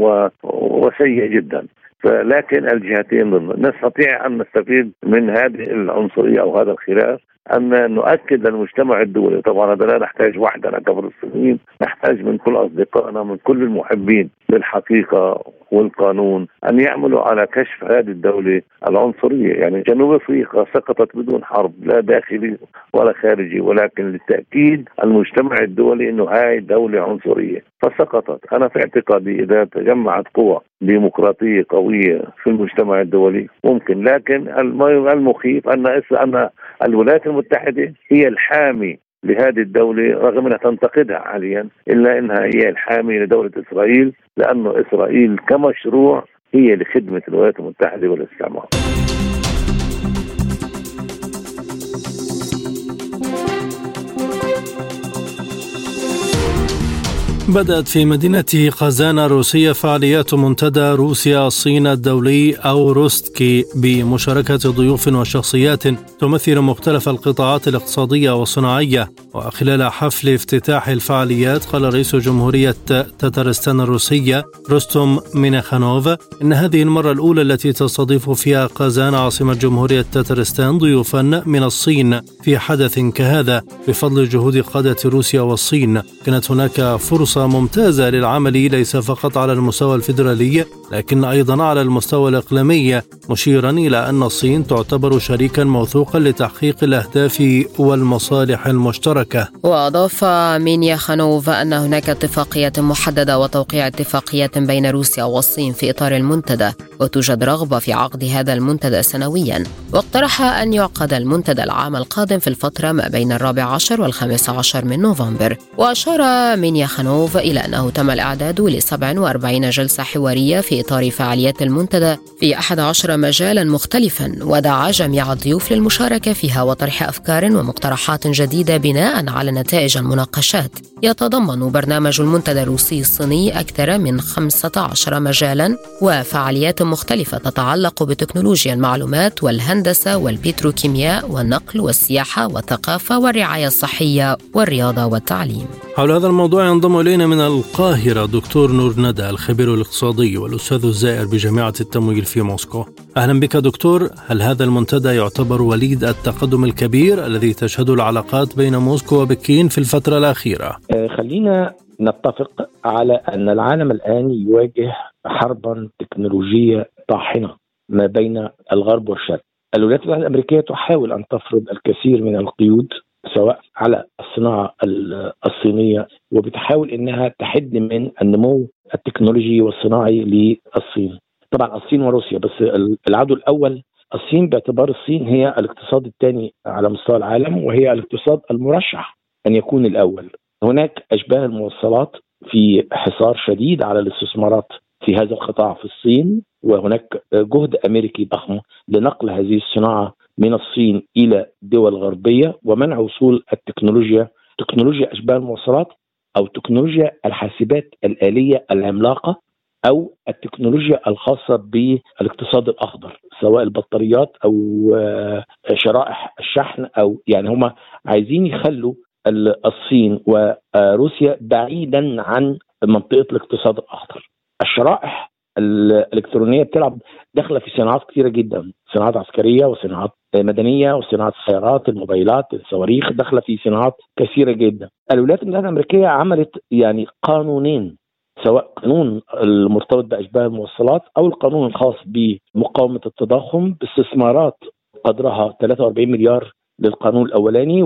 وسيء جدا. لكن الجهتين ضمن نستطيع أن نستفيد من هذه العنصرية أو هذا الخلاف، أن نؤكد للمجتمع الدولي، طبعا هذا لا نحتاج وحدنا كفلسطينيين، نحتاج من كل أصدقائنا من كل المحبين للحقيقة والقانون أن يعملوا على كشف هذه الدولة العنصرية. يعني جنوب أفريقيا سقطت بدون حرب، لا داخلي ولا خارجي، ولكن للتأكيد المجتمع الدولي أنه هاي دولة عنصرية فسقطت. أنا في اعتقادي إذا تجمعت قوى ديمقراطية قوية في المجتمع الدولي ممكن، لكن المخيف أن الولايات المتحدة هي الحامي لهذه الدولة، رغم أنها تنتقدها حاليا، إلا أنها هي الحامي لدولة إسرائيل، لأنه إسرائيل كمشروع هي لخدمة الولايات المتحدة والاستعمار. بدأت في مدينة قازان الروسية فعاليات منتدى روسيا الصين الدولي أو روستكي بمشاركة ضيوف وشخصيات تمثل مختلف القطاعات الاقتصادية والصناعية. وخلال حفل افتتاح الفعاليات قال رئيس جمهورية تترستان الروسية روستوم مينخانوف إن هذه المرة الأولى التي تستضيف فيها قازان عاصمة جمهورية تترستان ضيوفا من الصين في حدث كهذا بفضل جهود قادة روسيا والصين. كانت هناك فرصة ممتازة للعمل ليس فقط على المستوى الفيدرالي لكن أيضا على المستوى الإقليمي، مشيرا إلى أن الصين تعتبر شريكا موثوقا لتحقيق الأهداف والمصالح المشتركة. وأضاف مينخانوف أن هناك اتفاقية محددة وتوقيع اتفاقية بين روسيا والصين في إطار المنتدى، وتوجد رغبة في عقد هذا المنتدى سنويا. واقترح أن يعقد المنتدى العام القادم في الفترة ما بين 14 و15 من نوفمبر. وأشار مينخانوف إلى أنه تم الإعداد ل47 جلسة حوارية في إطار فعاليات المنتدى في 11 مجالا مختلفا، ودعا جميع الضيوف للمشاركة فيها وطرح أفكار ومقترحات جديدة بناء على نتائج المناقشات. يتضمن برنامج المنتدى الروسي الصيني أكثر من 15 مجالا وفعاليات مختلفة تتعلق بتكنولوجيا المعلومات والهندسة والبتروكيمياء والنقل والسياحة والثقافة والرعاية الصحية والرياضة والتعليم. حول هذا الموضوع ينضم إلينا من القاهرة دكتور نور ندى، الخبير الاقتصادي والأستاذ الزائر بجامعة التمويل في موسكو. أهلا بك دكتور. هل هذا المنتدى يعتبر وليد التقدم الكبير الذي تشهده العلاقات بين موسكو وبكين في الفترة الأخيرة؟ خلينا نتفق على أن العالم الآن يواجه حربا تكنولوجية طاحنة ما بين الغرب والشرق. الولايات المتحدة الأمريكية تحاول أن تفرض الكثير من القيود سواء على الصناعة الصينية، وبتحاول أنها تحد من النمو التكنولوجي والصناعي للصين. طبعا الصين وروسيا، بس العدو الأول الصين، باعتبار الصين هي الاقتصاد الثاني على مستوى العالم، وهي الاقتصاد المرشح أن يكون الأول. هناك أشباه الموصلات في حصار شديد على الاستثمارات في هذا القطاع في الصين، وهناك جهد أمريكي ضخم لنقل هذه الصناعة من الصين إلى دول غربية ومنع وصول تكنولوجيا أشباه الموصلات أو تكنولوجيا الحاسبات الآلية العملاقة أو التكنولوجيا الخاصة بالاقتصاد الأخضر، سواء البطاريات أو شرائح الشحن، أو يعني هم عايزين يخلوا الصين وروسيا بعيدا عن منطقة الاقتصاد الأخضر. الشرائح الإلكترونية بتلعب داخلة في صناعات كثيرة جدا، صناعات عسكرية وصناعات مدنية وصناعات السيارات، الموبايلات، الصواريخ، داخلة في صناعات كثيرة جدا. الولايات المتحدة الأمريكية عملت يعني قانونين، سواء قانون المرتبط بأشباه الموصلات أو القانون الخاص بمقاومة التضخم، باستثمارات قدرها 43 مليار للقانون الأولاني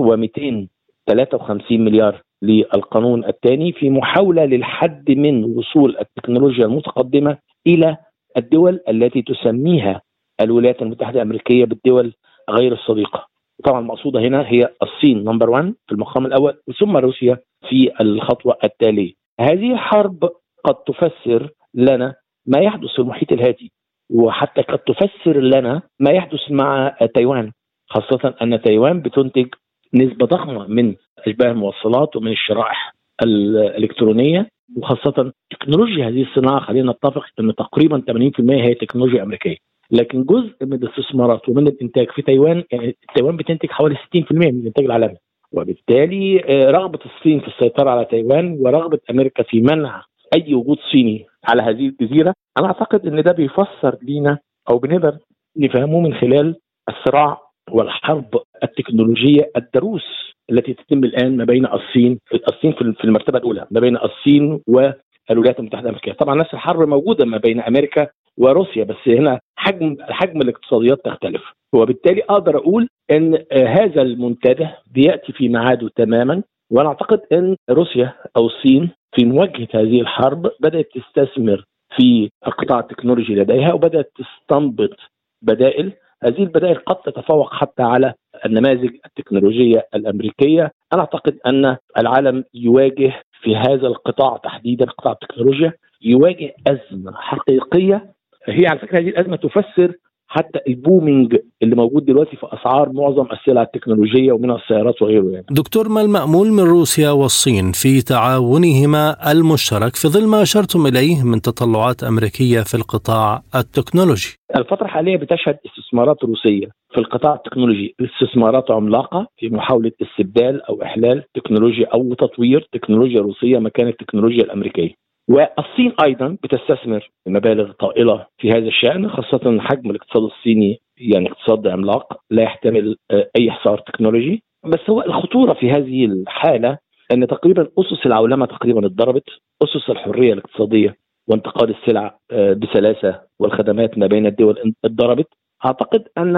و253 مليار للقانون الثاني، في محاولة للحد من وصول التكنولوجيا المتقدمة إلى الدول التي تسميها الولايات المتحدة الأمريكية بالدول غير الصديقة. طبعا المقصودة هنا هي الصين نمبر 1 في المقام الأول، ثم روسيا في الخطوة التالية. هذه الحرب قد تفسر لنا ما يحدث في المحيط الهادي، وحتى قد تفسر لنا ما يحدث مع تايوان، خاصة أن تايوان بتنتج نسبة ضخمة من أشباه الموصلات ومن الشرائح الإلكترونية، وخاصة تكنولوجيا هذه الصناعة. خلينا نتفق أن تقريبا 80% هي تكنولوجيا أمريكية، لكن جزء من الاستثمارات ومن الإنتاج في تايوان، يعني تايوان بتنتج حوالي 60% من الإنتاج العالمي، وبالتالي رغبة الصين في السيطرة على تايوان ورغبة أمريكا في منع أي وجود صيني على هذه الجزيرة، أنا أعتقد أن ده بيفسر لينا أو بنقدر نفهمه من خلال الصراع والحرب التكنولوجية الدروس التي تتم الآن ما بين الصين في المرتبة الأولى، ما بين الصين والولايات المتحدة الأمريكية. طبعا نفس الحرب موجودة ما بين أمريكا وروسيا، بس هنا حجم الاقتصاديات تختلف، وبالتالي أقدر أقول أن هذا المنتدى بيأتي في ميعاده تماما. وأنا أعتقد أن روسيا أو الصين في مواجهة هذه الحرب بدأت تستثمر في القطاع التكنولوجي لديها، وبدأت تستنبط بدائل. هذه البدائل قد تتفوق حتى على النماذج التكنولوجية الأمريكية. أنا أعتقد أن العالم يواجه في هذا القطاع تحديدا، قطاع التكنولوجيا، يواجه أزمة حقيقية. هي على فكرة هذه الأزمة تفسر حتى البومينج اللي موجود دلوقتي في أسعار معظم السلع التكنولوجية ومنها السيارات وغيره. يعني دكتور، ما المأمول من روسيا والصين في تعاونهما المشترك في ظل ما أشرتم إليه من تطلعات أمريكية في القطاع التكنولوجي؟ الفترة الحالية بتشهد استثمارات روسية في القطاع التكنولوجي، استثمارات عملاقة في محاولة استبدال أو إحلال تكنولوجيا أو تطوير تكنولوجيا روسية مكان التكنولوجيا الأمريكية. والصين أيضا بتستثمر مبالغ طائلة في هذا الشأن، خاصة حجم الاقتصاد الصيني يعني اقتصاد عملاق لا يحتمل أي حصار تكنولوجي. بس هو الخطورة في هذه الحالة أن تقريبا أسس العولمة تقريبا اتضربت، أسس الحرية الاقتصادية وانتقال السلع بسلاسة والخدمات ما بين الدول اتضربت. أعتقد أن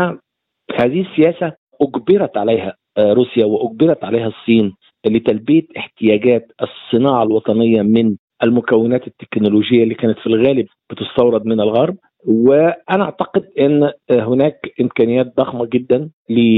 هذه السياسة أجبرت عليها روسيا وأجبرت عليها الصين لتلبية احتياجات الصناعة الوطنية من المكونات التكنولوجية اللي كانت في الغالب بتستورد من الغرب. وأنا أعتقد أن هناك إمكانيات ضخمة جدا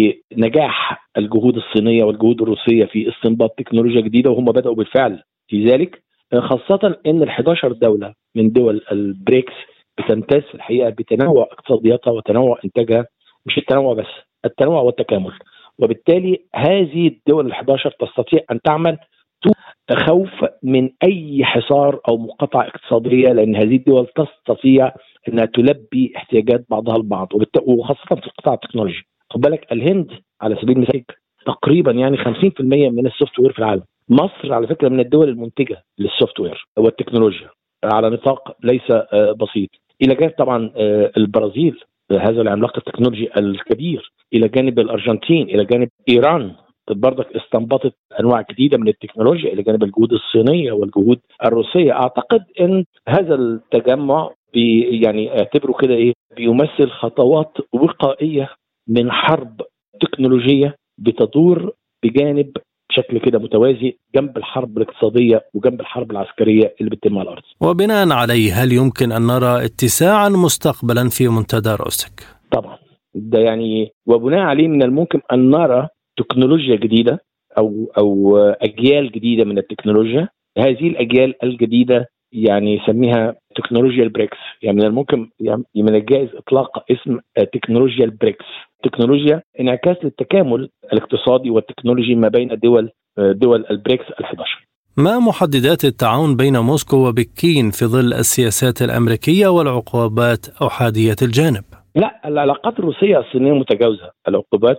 لنجاح الجهود الصينية والجهود الروسية في استنباط تكنولوجيا جديدة، وهم بدأوا بالفعل في ذلك، خاصة أن ال11 دولة من دول البريكس بتمتاز في الحقيقة بتنوع اقتصادياتها وتنوع إنتاجها، مش التنوع بس، التنوع والتكامل. وبالتالي هذه الدول ال11 تستطيع أن تعمل خوف من أي حصار أو مقاطعة اقتصادية، لأن هذه الدول تستطيع أنها تلبي احتياجات بعضها البعض، وخاصة في القطاع التكنولوجي. خد بالك الهند على سبيل المثال تقريبا يعني 50% من السوفت وير في العالم. مصر على فكرة من الدول المنتجة للسوفت وير والتكنولوجيا على نطاق ليس بسيط، إلى جانب طبعا البرازيل هذا العملاق التكنولوجي الكبير، إلى جانب الأرجنتين، إلى جانب إيران برضك استنبطت أنواع جديدة من التكنولوجيا، إلى جانب الجهود الصينية والجهود الروسية. أعتقد أن هذا التجمع يعني اعتبره كده بيمثل خطوات وقائية من حرب تكنولوجية بتدور بجانب بشكل كده متوازي جنب الحرب الاقتصادية وجنب الحرب العسكرية اللي بتتم على الأرض. وبناء عليه هل يمكن أن نرى اتساعا مستقبلا في منتدى روستك؟ طبعا ده يعني، وبناء عليه من الممكن أن نرى تكنولوجيا جديدة أو أجيال جديدة من التكنولوجيا. هذه الأجيال الجديدة يعني يسميها تكنولوجيا البريكس، يعني من الممكن من الجائز إطلاق اسم تكنولوجيا البريكس، تكنولوجيا انعكاس للتكامل الاقتصادي والتكنولوجي ما بين دول البريكس ال11. ما محددات التعاون بين موسكو وبكين في ظل السياسات الأمريكية والعقوبات أحادية الجانب؟ لا، العلاقات الروسية الصينية متجاوزة العقوبات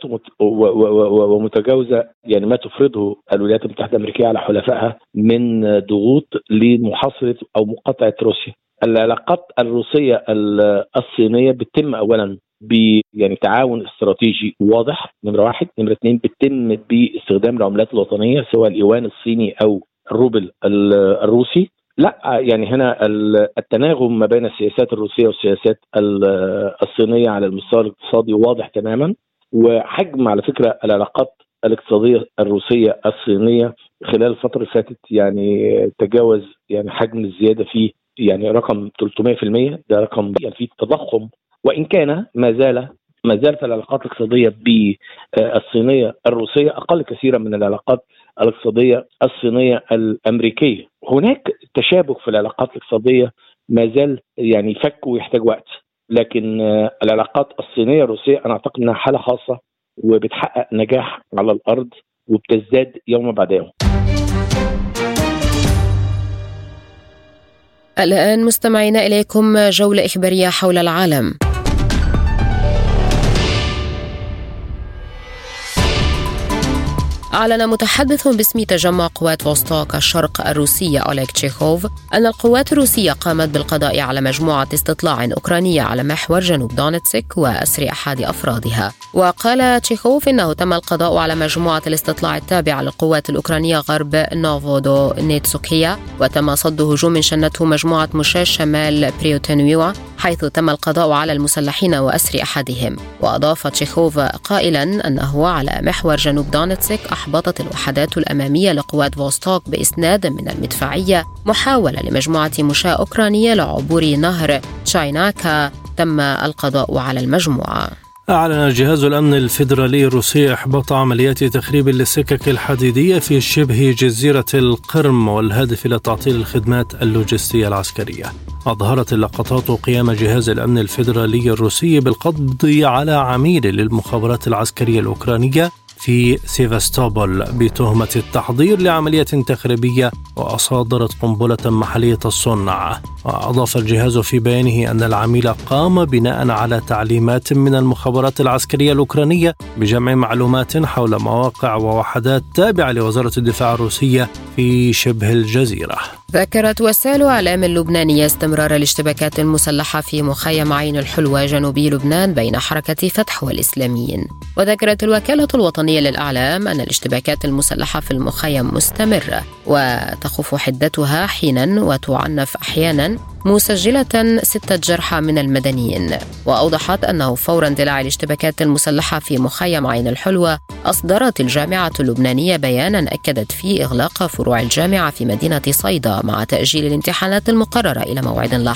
ومتجاوزة يعني ما تفرضه الولايات المتحدة الأمريكية على حلفائها من ضغوط لمحاصرة أو مقاطعة روسيا. العلاقات الروسية الصينية بتتم أولا يعني تعاون استراتيجي واضح، نمرة 1. نمرة 2 بتتم باستخدام العملات الوطنية سواء اليوان الصيني أو الروبل الروسي. لا يعني هنا التناغم ما بين السياسات الروسية والسياسات الصينية على المستوى الاقتصادي واضح تماما. وحجم على فكرة العلاقات الاقتصادية الروسية الصينية خلال الفترة اللي فاتت يعني تجاوز يعني حجم الزيادة فيه يعني رقم 300%. ده رقم يعني فيه تضخم، وإن كان ما زالت العلاقات الاقتصادية بالصينية الروسية أقل كثيرا من العلاقات الاقتصادية الصينية الأمريكية. هناك تشابك في العلاقات الاقتصادية ما زال يعني فك ويحتاج وقت، لكن العلاقات الصينية الروسية أنا أعتقد أنها حالة خاصة وبتحقق نجاح على الأرض وبتزداد يوم بعد يوم. الآن مستمعين إليكم جولة إخبارية حول العالم. أعلن متحدث باسم تجمع قوات فوستوك الشرق الروسية أوليغ تشيخوف أن القوات الروسية قامت بالقضاء على مجموعة استطلاع أوكرانية على محور جنوب دونيتسك وأسر أحد أفرادها. وقال تشيخوف إنه تم القضاء على مجموعة الاستطلاع التابعة للقوات الأوكرانية غرب نوفودونيتسوكيا، وتم صد هجوم شنته مجموعة مشاة شمال بريوتنويوا، حيث تم القضاء على المسلحين وأسر أحدهم. وأضاف تشيخوف قائلا أنه على محور جنوب دونيتسك أحبطت الوحدات الأمامية لقوات فوستوك بإسناد من المدفعية محاولة لمجموعة مشاة أوكرانية لعبور نهر تشايناكا، تم القضاء على المجموعة. أعلن جهاز الأمن الفيدرالي الروسي إحباط عمليات تخريب للسكك الحديدية في شبه جزيرة القرم والهادف إلى تعطيل الخدمات اللوجستية العسكرية. أظهرت اللقطات قيام جهاز الأمن الفيدرالي الروسي بالقبض على عميل للمخابرات العسكرية الأوكرانية في سيفاستوبول بتهمة التحضير لعملية تخريبية وأصادرت قنبلة محلية الصنع. وأضاف الجهاز في بيانه أن العميل قام بناء على تعليمات من المخابرات العسكرية الأوكرانية بجمع معلومات حول مواقع ووحدات تابعة لوزارة الدفاع الروسية في شبه الجزيرة. ذكرت وسائل إعلام لبنانية استمرار الاشتباكات المسلحة في مخيم عين الحلوة جنوبي لبنان بين حركة فتح والإسلاميين. وذكرت الوكالة الوطنية للإعلام أن الاشتباكات المسلحة في المخيم مستمرة وتخف حدتها حينا وتعنف أحيانا، مسجلة 6 جرحى من المدنيين. وأوضحت أنه فور اندلاع الاشتباكات المسلحة في مخيم عين الحلوة أصدرت الجامعة اللبنانية بيانا أكدت فيه إغلاق فروع الجامعة في مدينة صيدا مع تأجيل الامتحانات المقررة إلى موعد لاحق.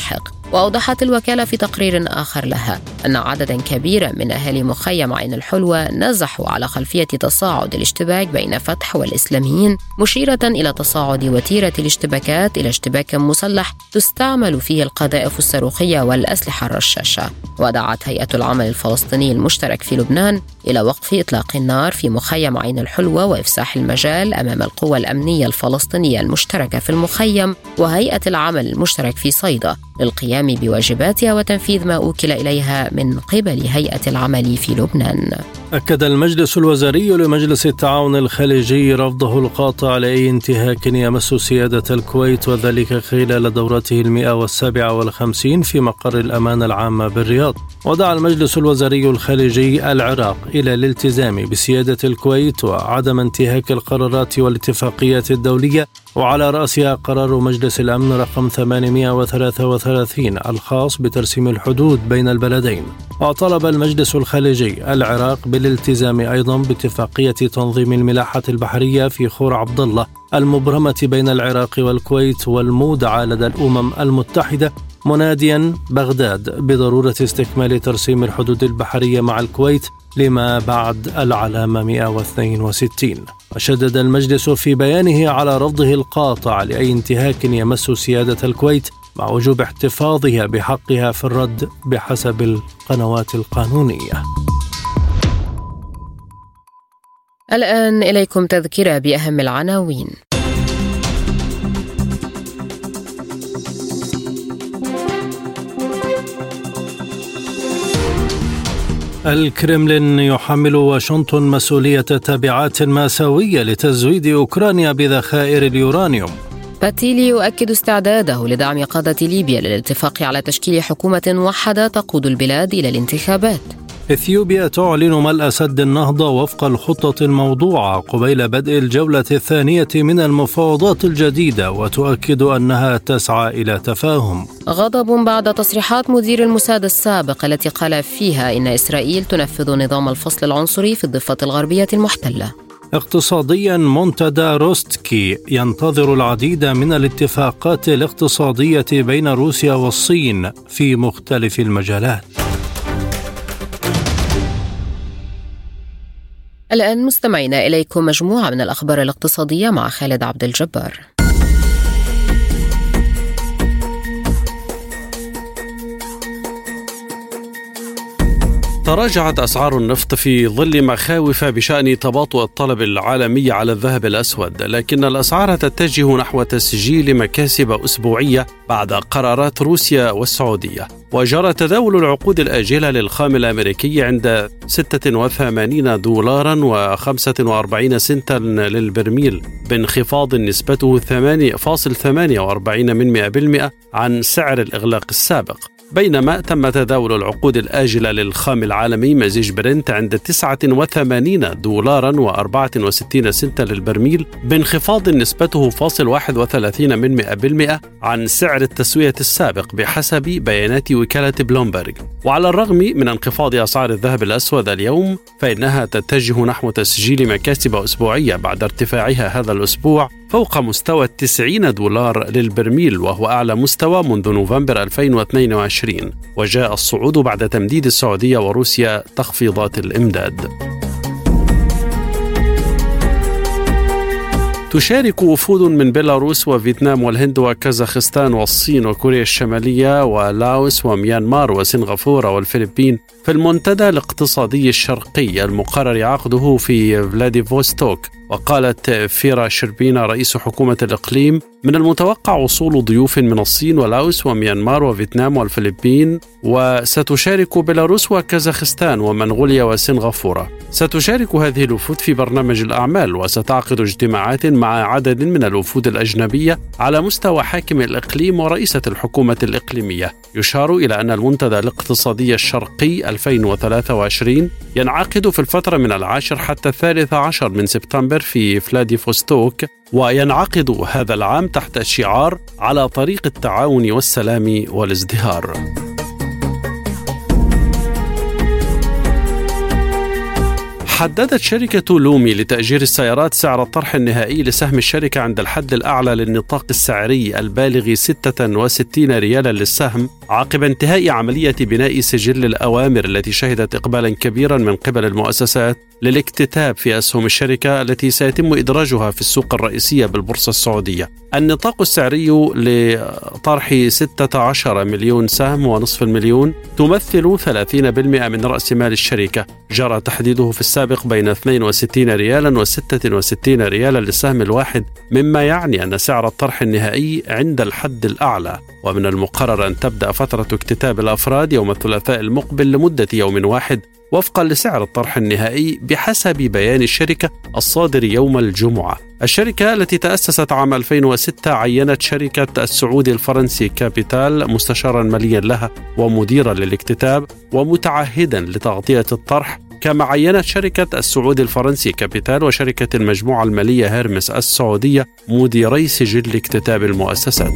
وأوضحت الوكالة في تقرير آخر لها أن عددا كبيرا من أهالي مخيم عين الحلوة نزحوا على خلفية تصاعد الاشتباك بين فتح والإسلاميين، مشيرة إلى تصاعد وتيرة الاشتباكات إلى اشتباك مسلح تستعمل فيه القذائف الصاروخية والأسلحة الرشاشة. ودعت هيئة العمل الفلسطيني المشترك في لبنان إلى وقف إطلاق النار في مخيم عين الحلوة وإفساح المجال أمام القوى الأمنية الفلسطينية المشتركة في المخيم وهيئة العمل المشترك في صيدا للقيام بواجباتها وتنفيذ ما أوكل إليها من قبل هيئة العمل في لبنان. أكد المجلس الوزاري لمجلس التعاون الخليجي رفضه القاطع لأي انتهاك يمس سيادة الكويت، وذلك خلال دورته 157 في مقر الأمانة العامة بالرياض. ودعا المجلس الوزاري الخليجي العراق إلى الالتزام بسيادة الكويت وعدم انتهاك القرارات والاتفاقيات الدولية، وعلى رأسها قرار مجلس الأمن رقم 833 الخاص بترسيم الحدود بين البلدين. وطلب المجلس الخليجي العراق بالالتزام أيضا باتفاقية تنظيم الملاحة البحرية في خور عبد الله المبرمة بين العراق والكويت والمودعة لدى الأمم المتحدة، مناديا بغداد بضرورة استكمال ترسيم الحدود البحرية مع الكويت لما بعد العلامة 162. وشدد المجلس في بيانه على رفضه القاطع لأي انتهاك يمس سيادة الكويت، مع وجوب احتفاظها بحقها في الرد بحسب القنوات القانونية. الآن إليكم تذكرة بأهم العناوين. الكرملين يحمل واشنطن مسؤولية تبعات مأساوية لتزويد أوكرانيا بذخائر اليورانيوم. باتيلي يؤكد استعداده لدعم قادة ليبيا للاتفاق على تشكيل حكومة موحدة تقود البلاد إلى الانتخابات. إثيوبيا تعلن ملء سد النهضة وفق الخطة الموضوعة قبيل بدء الجولة الثانية من المفاوضات الجديدة، وتؤكد أنها تسعى إلى تفاهم. غضب بعد تصريحات مدير الموساد السابق التي قال فيها إن إسرائيل تنفذ نظام الفصل العنصري في الضفة الغربية المحتلة. اقتصاديا، منتدى روستكي ينتظر العديد من الاتفاقات الاقتصادية بين روسيا والصين في مختلف المجالات. الآن مستمعينا إليكم مجموعة من الأخبار الاقتصادية مع خالد عبد الجبار. تراجعت أسعار النفط في ظل مخاوف بشأن تباطؤ الطلب العالمي على الذهب الأسود، لكن الأسعار تتجه نحو تسجيل مكاسب أسبوعية بعد قرارات روسيا والسعودية. وجرى تداول العقود الآجلة للخام الأمريكي عند $86.45 للبرميل، بانخفاض نسبته 8.48% عن سعر الإغلاق السابق، بينما تم تداول العقود الآجلة للخام العالمي مزيج برنت عند $89.64 للبرميل، بانخفاض نسبته 0.31% عن سعر التسوية السابق بحسب بيانات وكالة بلومبرغ. وعلى الرغم من انخفاض أسعار الذهب الأسود اليوم، فإنها تتجه نحو تسجيل مكاسب أسبوعية بعد ارتفاعها هذا الأسبوع فوق مستوى $90 للبرميل، وهو أعلى مستوى منذ نوفمبر 2022. وجاء الصعود بعد تمديد السعودية وروسيا تخفيضات الإمداد. تشارك وفود من بيلاروس وفيتنام والهند وكازاخستان والصين وكوريا الشمالية ولاوس وميانمار وسنغافورة والفلبين في المنتدى الاقتصادي الشرقي المقرر عقده في فلاديفوستوك. وقالت فيرا شربينا رئيس حكومة الإقليم من المتوقع وصول ضيوف من الصين ولاوس وميانمار وفيتنام والفلبين، وستشارك بيلاروس وكازاخستان ومنغوليا وسنغافورة. ستشارك هذه الوفود في برنامج الأعمال، وستعقد اجتماعات مع عدد من الوفود الأجنبية على مستوى حاكم الإقليم ورئيسة الحكومة الإقليمية. يشار إلى أن المنتدى الاقتصادي الشرقي 2023 ينعقد في الفترة من 10 حتى 13 من سبتمبر في فلاديفوستوك، وينعقد هذا العام تحت شعار على طريق التعاون والسلام والازدهار. حددت شركة لومي لتأجير السيارات سعر الطرح النهائي لسهم الشركة عند الحد الأعلى للنطاق السعري البالغ 66 ريالا للسهم عقب انتهاء عملية بناء سجل الأوامر التي شهدت إقبالا كبيرا من قبل المؤسسات للاكتتاب في أسهم الشركة التي سيتم إدراجها في السوق الرئيسية بالبورصة السعودية. النطاق السعري لطرح 16 مليون سهم ونصف المليون تمثل 30% من رأس مال الشركة، جرى تحديده في السابق بين 62 ريالا و66 ريالا للسهم الواحد، مما يعني أن سعر الطرح النهائي عند الحد الأعلى. ومن المقرر أن تبدأ فترة اكتتاب الأفراد يوم الثلاثاء المقبل لمدة يوم واحد وفقا لسعر الطرح النهائي بحسب بيان الشركة الصادر يوم الجمعة. الشركة التي تأسست عام 2006 عينت شركة السعودي الفرنسي كابيتال مستشارا ماليا لها ومديرا للاكتتاب ومتعهدا لتغطية الطرح، كما عينت شركة السعودي الفرنسي كابيتال وشركة المجموعة المالية هيرمس السعودية مديري سجل اكتتاب المؤسسات.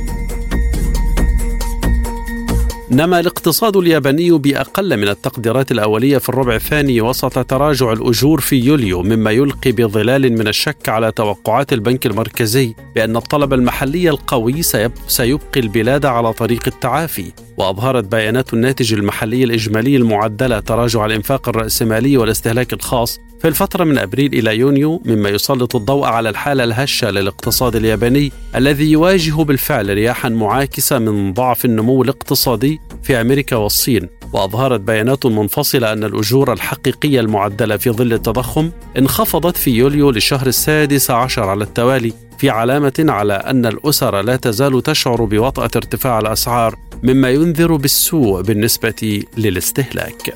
نما الاقتصاد الياباني بأقل من التقديرات الأولية في الربع الثاني وسط تراجع الأجور في يوليو، مما يلقي بظلال من الشك على توقعات البنك المركزي بأن الطلب المحلي القوي سيبقي البلاد على طريق التعافي. وأظهرت بيانات الناتج المحلي الإجمالي المعدلة تراجع الإنفاق الرأسمالي والاستهلاك الخاص في الفترة من أبريل إلى يونيو، مما يسلط الضوء على الحالة الهشة للاقتصاد الياباني الذي يواجه بالفعل رياحا معاكسة من ضعف النمو الاقتصادي في أمريكا والصين. وأظهرت بيانات منفصلة أن الأجور الحقيقية المعدلة في ظل التضخم انخفضت في يوليو للشهر السادس عشر على التوالي، في علامة على أن الأسر لا تزال تشعر بوطأة ارتفاع الأسعار، مما ينذر بالسوء بالنسبة للاستهلاك.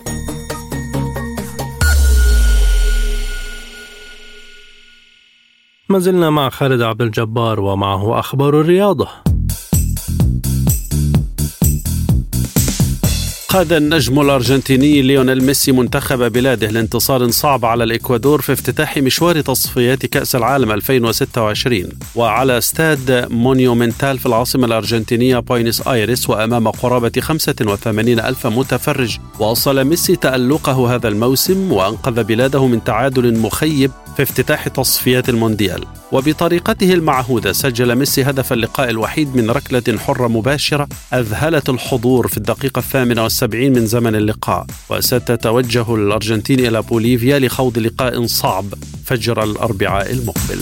ما زلنا مع خالد عبد الجبار ومعه أخبار الرياضة. قاد النجم الأرجنتيني ليونيل ميسي منتخب بلاده لانتصار صعب على الإكوادور في افتتاح مشوار تصفيات كأس العالم 2026 وعلى استاد مونيومنتال في العاصمة الأرجنتينية بوينس آيرس وأمام قرابة 85 ألف متفرج. وأصل ميسي تألقه هذا الموسم وأنقذ بلاده من تعادل مخيب في افتتاح تصفيات المونديال، وبطريقته المعهودة سجل ميسي هدف اللقاء الوحيد من ركلة حرة مباشرة أذهلت الحضور في الدقيقة 78 من زمن اللقاء. وستتوجه الأرجنتين إلى بوليفيا لخوض لقاء صعب فجر الأربعاء المقبل.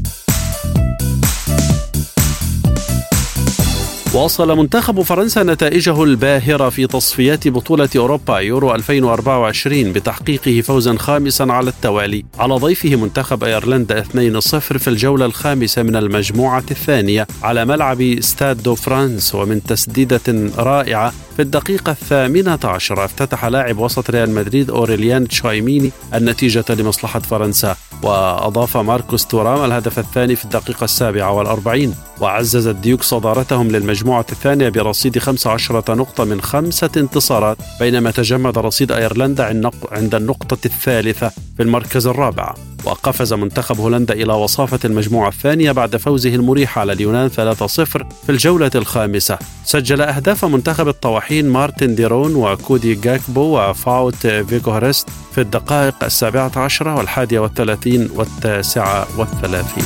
واصل منتخب فرنسا نتائجه الباهرة في تصفيات بطولة أوروبا يورو 2024 بتحقيقه فوزا خامسا على التوالي على ضيفه منتخب أيرلندا 2-0 في الجولة الخامسة من المجموعة الثانية على ملعب ستاد دو فرانس. ومن تسديدة رائعة في الدقيقة 18 افتتح لاعب وسط ريال مدريد أوريليان تشايميني النتيجة لمصلحة فرنسا، وأضاف ماركوس تورام الهدف الثاني في الدقيقة 47. وعزز الديوك صدارتهم للمجموعة الثانية برصيد 15 نقطة من 5 انتصارات، بينما تجمد رصيد أيرلندا عند النقطة الثالثة في المركز الرابع. وقفز منتخب هولندا إلى وصافة المجموعة الثانية بعد فوزه المريح على اليونان 3-0 في الجولة الخامسة. سجل أهداف منتخب الطواحين مارتن ديرون وكودي جاكبو وفاوت فيغورست في الدقائق 17 و31 و39.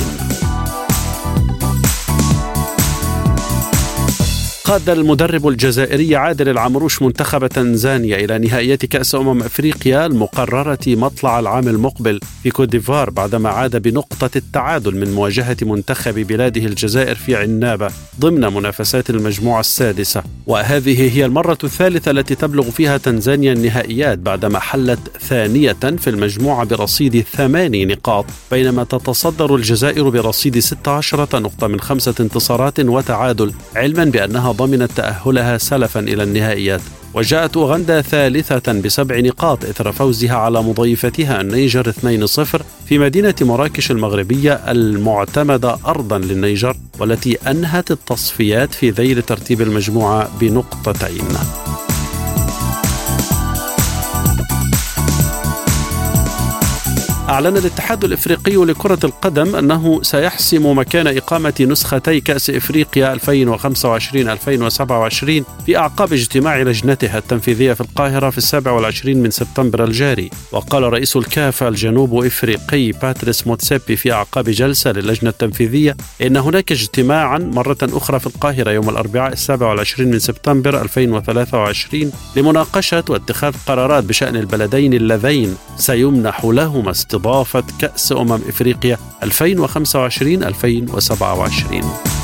قاد المدرب الجزائري عادل العمروش منتخب تنزانيا إلى نهائيات كأس أفريقيا المقررة مطلع العام المقبل في كوت ديفوار بعدما عاد بنقطة التعادل من مواجهة منتخب بلاده الجزائر في عنابة ضمن منافسات المجموعة السادسة. وهذه هي المرة الثالثة التي تبلغ فيها تنزانيا النهائيات بعدما حلت ثانية في المجموعة برصيد 8 نقاط، بينما تتصدر الجزائر برصيد 16 نقطة من 5 انتصارات وتعادل، علما بأنها ضمنت تأهلها سلفا إلى النهائيات. وجاءت أوغندا ثالثة ب7 نقاط إثر فوزها على مضيفتها النيجر 2-0 في مدينة مراكش المغربية المعتمدة أرضا للنيجر، والتي أنهت التصفيات في ذيل ترتيب المجموعة بنقطتين. أعلن الاتحاد الإفريقي لكرة القدم أنه سيحسم مكان إقامة نسختي كأس إفريقيا 2025-2027 في أعقاب اجتماع لجنتها التنفيذية في القاهرة في 27 من سبتمبر الجاري. وقال رئيس الكاف الجنوب إفريقي باتريس موتسيبي في أعقاب جلسة للجنة التنفيذية إن هناك اجتماعا مرة أخرى في القاهرة يوم الأربعاء 27 من سبتمبر 2023 لمناقشة واتخاذ قرارات بشأن البلدين اللذين سيمنح لهما استضافة كأس إفريقيا 2025-2027.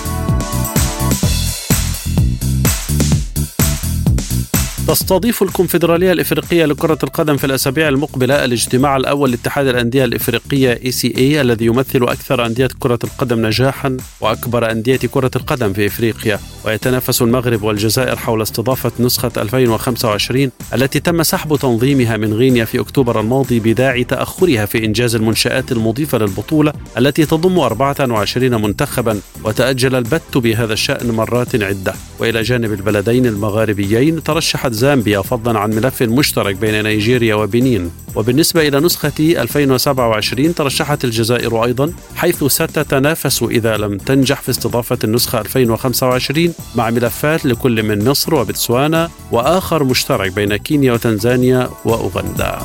تستضيف الكونفدرالية الإفريقية لكرة القدم في الأسابيع المقبلة الاجتماع الأول لاتحاد الأندية الإفريقية ECA الذي يمثل أكثر أندية كرة القدم نجاحا وأكبر أندية كرة القدم في إفريقيا. ويتنافس المغرب والجزائر حول استضافة نسخة 2025 التي تم سحب تنظيمها من غينيا في أكتوبر الماضي بداعي تأخرها في إنجاز المنشآت المضيفة للبطولة التي تضم 24 منتخبا، وتأجل البت بهذا الشأن مرات عدة. وإلى جانب البلدين المغاربيين ترشحت زامبيا فضلا عن ملف مشترك بين نيجيريا وبنين. وبالنسبة إلى نسخة 2027 ترشحت الجزائر أيضا، حيث ستتنافس إذا لم تنجح في استضافة النسخة 2025 مع ملفات لكل من مصر وبتسوانا وآخر مشترك بين كينيا وتنزانيا وأوغندا.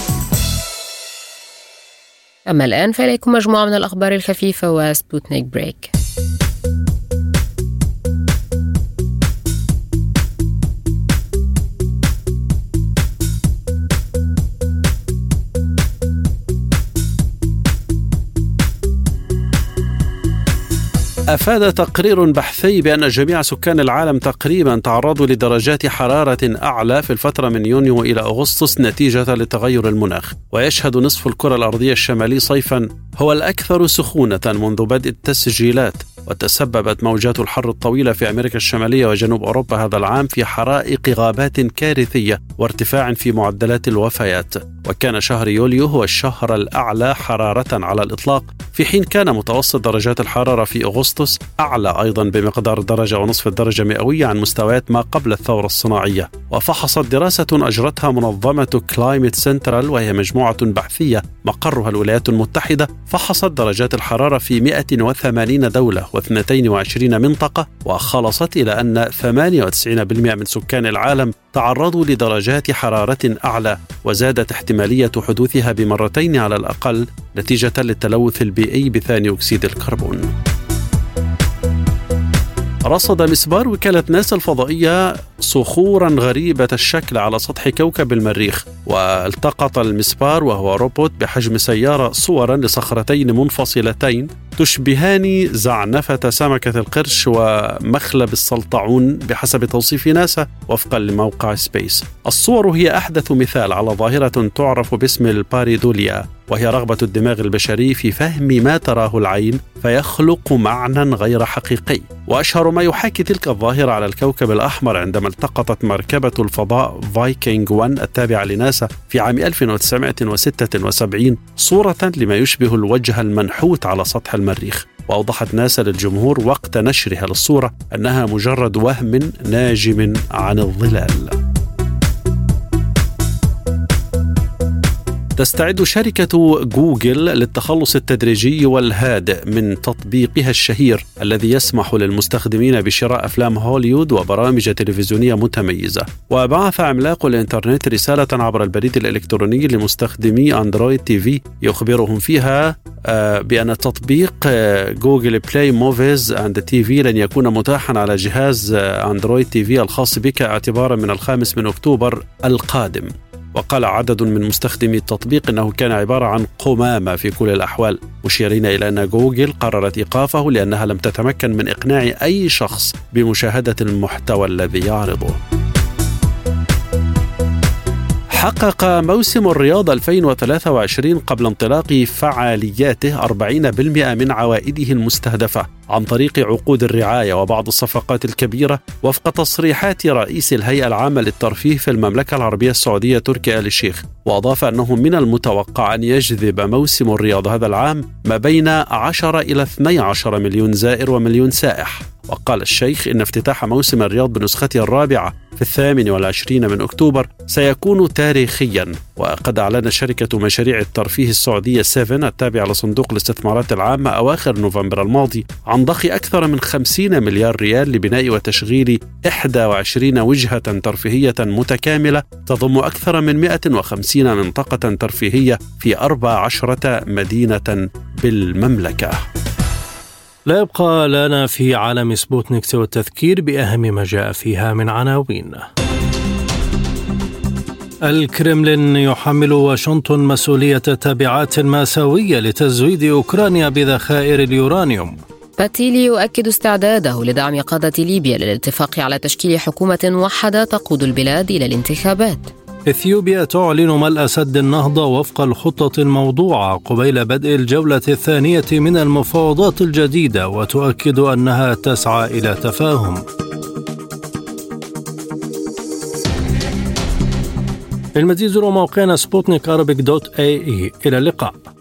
أما الآن فإليكم مجموعة من الأخبار الخفيفة وسبوتنيك بريك. أفاد تقرير بحثي بأن جميع سكان العالم تقريبا تعرضوا لدرجات حرارة أعلى في الفترة من يونيو إلى أغسطس نتيجة لتغير المناخ. ويشهد نصف الكرة الأرضية الشمالي صيفا هو الأكثر سخونة منذ بدء التسجيلات. وتسببت موجات الحر الطويلة في أمريكا الشمالية وجنوب أوروبا هذا العام في حرائق غابات كارثية وارتفاع في معدلات الوفيات. وكان شهر يوليو هو الشهر الأعلى حرارة على الإطلاق، في حين كان متوسط درجات الحرارة في أغسطس أعلى أيضا بمقدار 1.5 درجة مئوية عن مستويات ما قبل الثورة الصناعية. وفحصت دراسة أجرتها منظمة كلايمت سنترال، وهي مجموعة بحثية مقرها الولايات المتحدة، فحصت درجات الحرارة في 180 دولة و22 منطقة، وخلصت إلى أن 98% من سكان العالم تعرضوا لدرجات حرارة أعلى، وزادت احتمالية حدوثها بمرتين على الأقل نتيجة للتلوث البيئي بثاني أكسيد الكربون. رصد مسبار وكالة ناسا الفضائية صخورا غريبة الشكل على سطح كوكب المريخ. والتقط المسبار وهو روبوت بحجم سيارة صورا لصخرتين منفصلتين تشبهان زعنفة سمكة القرش ومخلب السلطعون بحسب توصيف ناسا وفقا لموقع سبيس. الصور هي أحدث مثال على ظاهرة تعرف باسم الباريدوليا، وهي رغبة الدماغ البشري في فهم ما تراه العين فيخلق معنى غير حقيقي. وأشهر ما يحاكي تلك الظاهرة على الكوكب الأحمر عندما التقطت مركبة الفضاء فايكنج 1 التابعة لناسا في عام 1976 صورة لما يشبه الوجه المنحوت على سطح المريخ. وأوضحت ناسا للجمهور وقت نشرها للصورة أنها مجرد وهم ناجم عن الظلال. تستعد شركة جوجل للتخلص التدريجي والهادئ من تطبيقها الشهير الذي يسمح للمستخدمين بشراء أفلام هوليوود وبرامج تلفزيونية متميزة. وبعث عملاق الإنترنت رسالة عبر البريد الإلكتروني لمستخدمي أندرويد تي في يخبرهم فيها بأن تطبيق جوجل بلاي موفيز أند تي في لن يكون متاحا على جهاز أندرويد تي في الخاص بك اعتبارا من 5 أكتوبر القادم. وقال عدد من مستخدمي التطبيق أنه كان عبارة عن قمامة في كل الأحوال، مشيرين إلى أن جوجل قررت إيقافه لأنها لم تتمكن من إقناع أي شخص بمشاهدة المحتوى الذي يعرضه. حقق موسم الرياض 2023 قبل انطلاق فعالياته 40% من عوائده المستهدفة عن طريق عقود الرعاية وبعض الصفقات الكبيرة وفق تصريحات رئيس الهيئة العامة للترفيه في المملكة العربية السعودية تركي آل الشيخ. وأضاف أنه من المتوقع أن يجذب موسم الرياض هذا العام ما بين 10 إلى 12 مليون زائر ومليون سائح. وقال الشيخ إن افتتاح موسم الرياض بنسخته الرابعة في 28 من أكتوبر سيكون تاريخيا. وقد أعلن شركة مشاريع الترفيه السعودية 7 التابعة لصندوق الاستثمارات العامة أواخر نوفمبر الماضي عن ضخ أكثر من 50 مليار ريال لبناء وتشغيل 21 وجهة ترفيهية متكاملة تضم أكثر من 150 منطقة ترفيهية في 14 مدينة بالمملكة. لا يبقى لنا في عالم سبوتنيك سوى التذكير بأهم ما جاء فيها من عناوين. الكرملين يحمل واشنطن مسؤولية تبعات مأساوية لتزويد أوكرانيا بذخائر اليورانيوم. باتيلي يؤكد استعداده لدعم قادة ليبيا للاتفاق على تشكيل حكومة موحدة تقود البلاد إلى الانتخابات. إثيوبيا تعلن ملء سد النهضة وفق الخطة الموضوعة قبيل بدء الجولة الثانية من المفاوضات الجديدة، وتؤكد أنها تسعى إلى تفاهم. المزيد زوروا موقعنا sputnikarabic.ae. إلى اللقاء.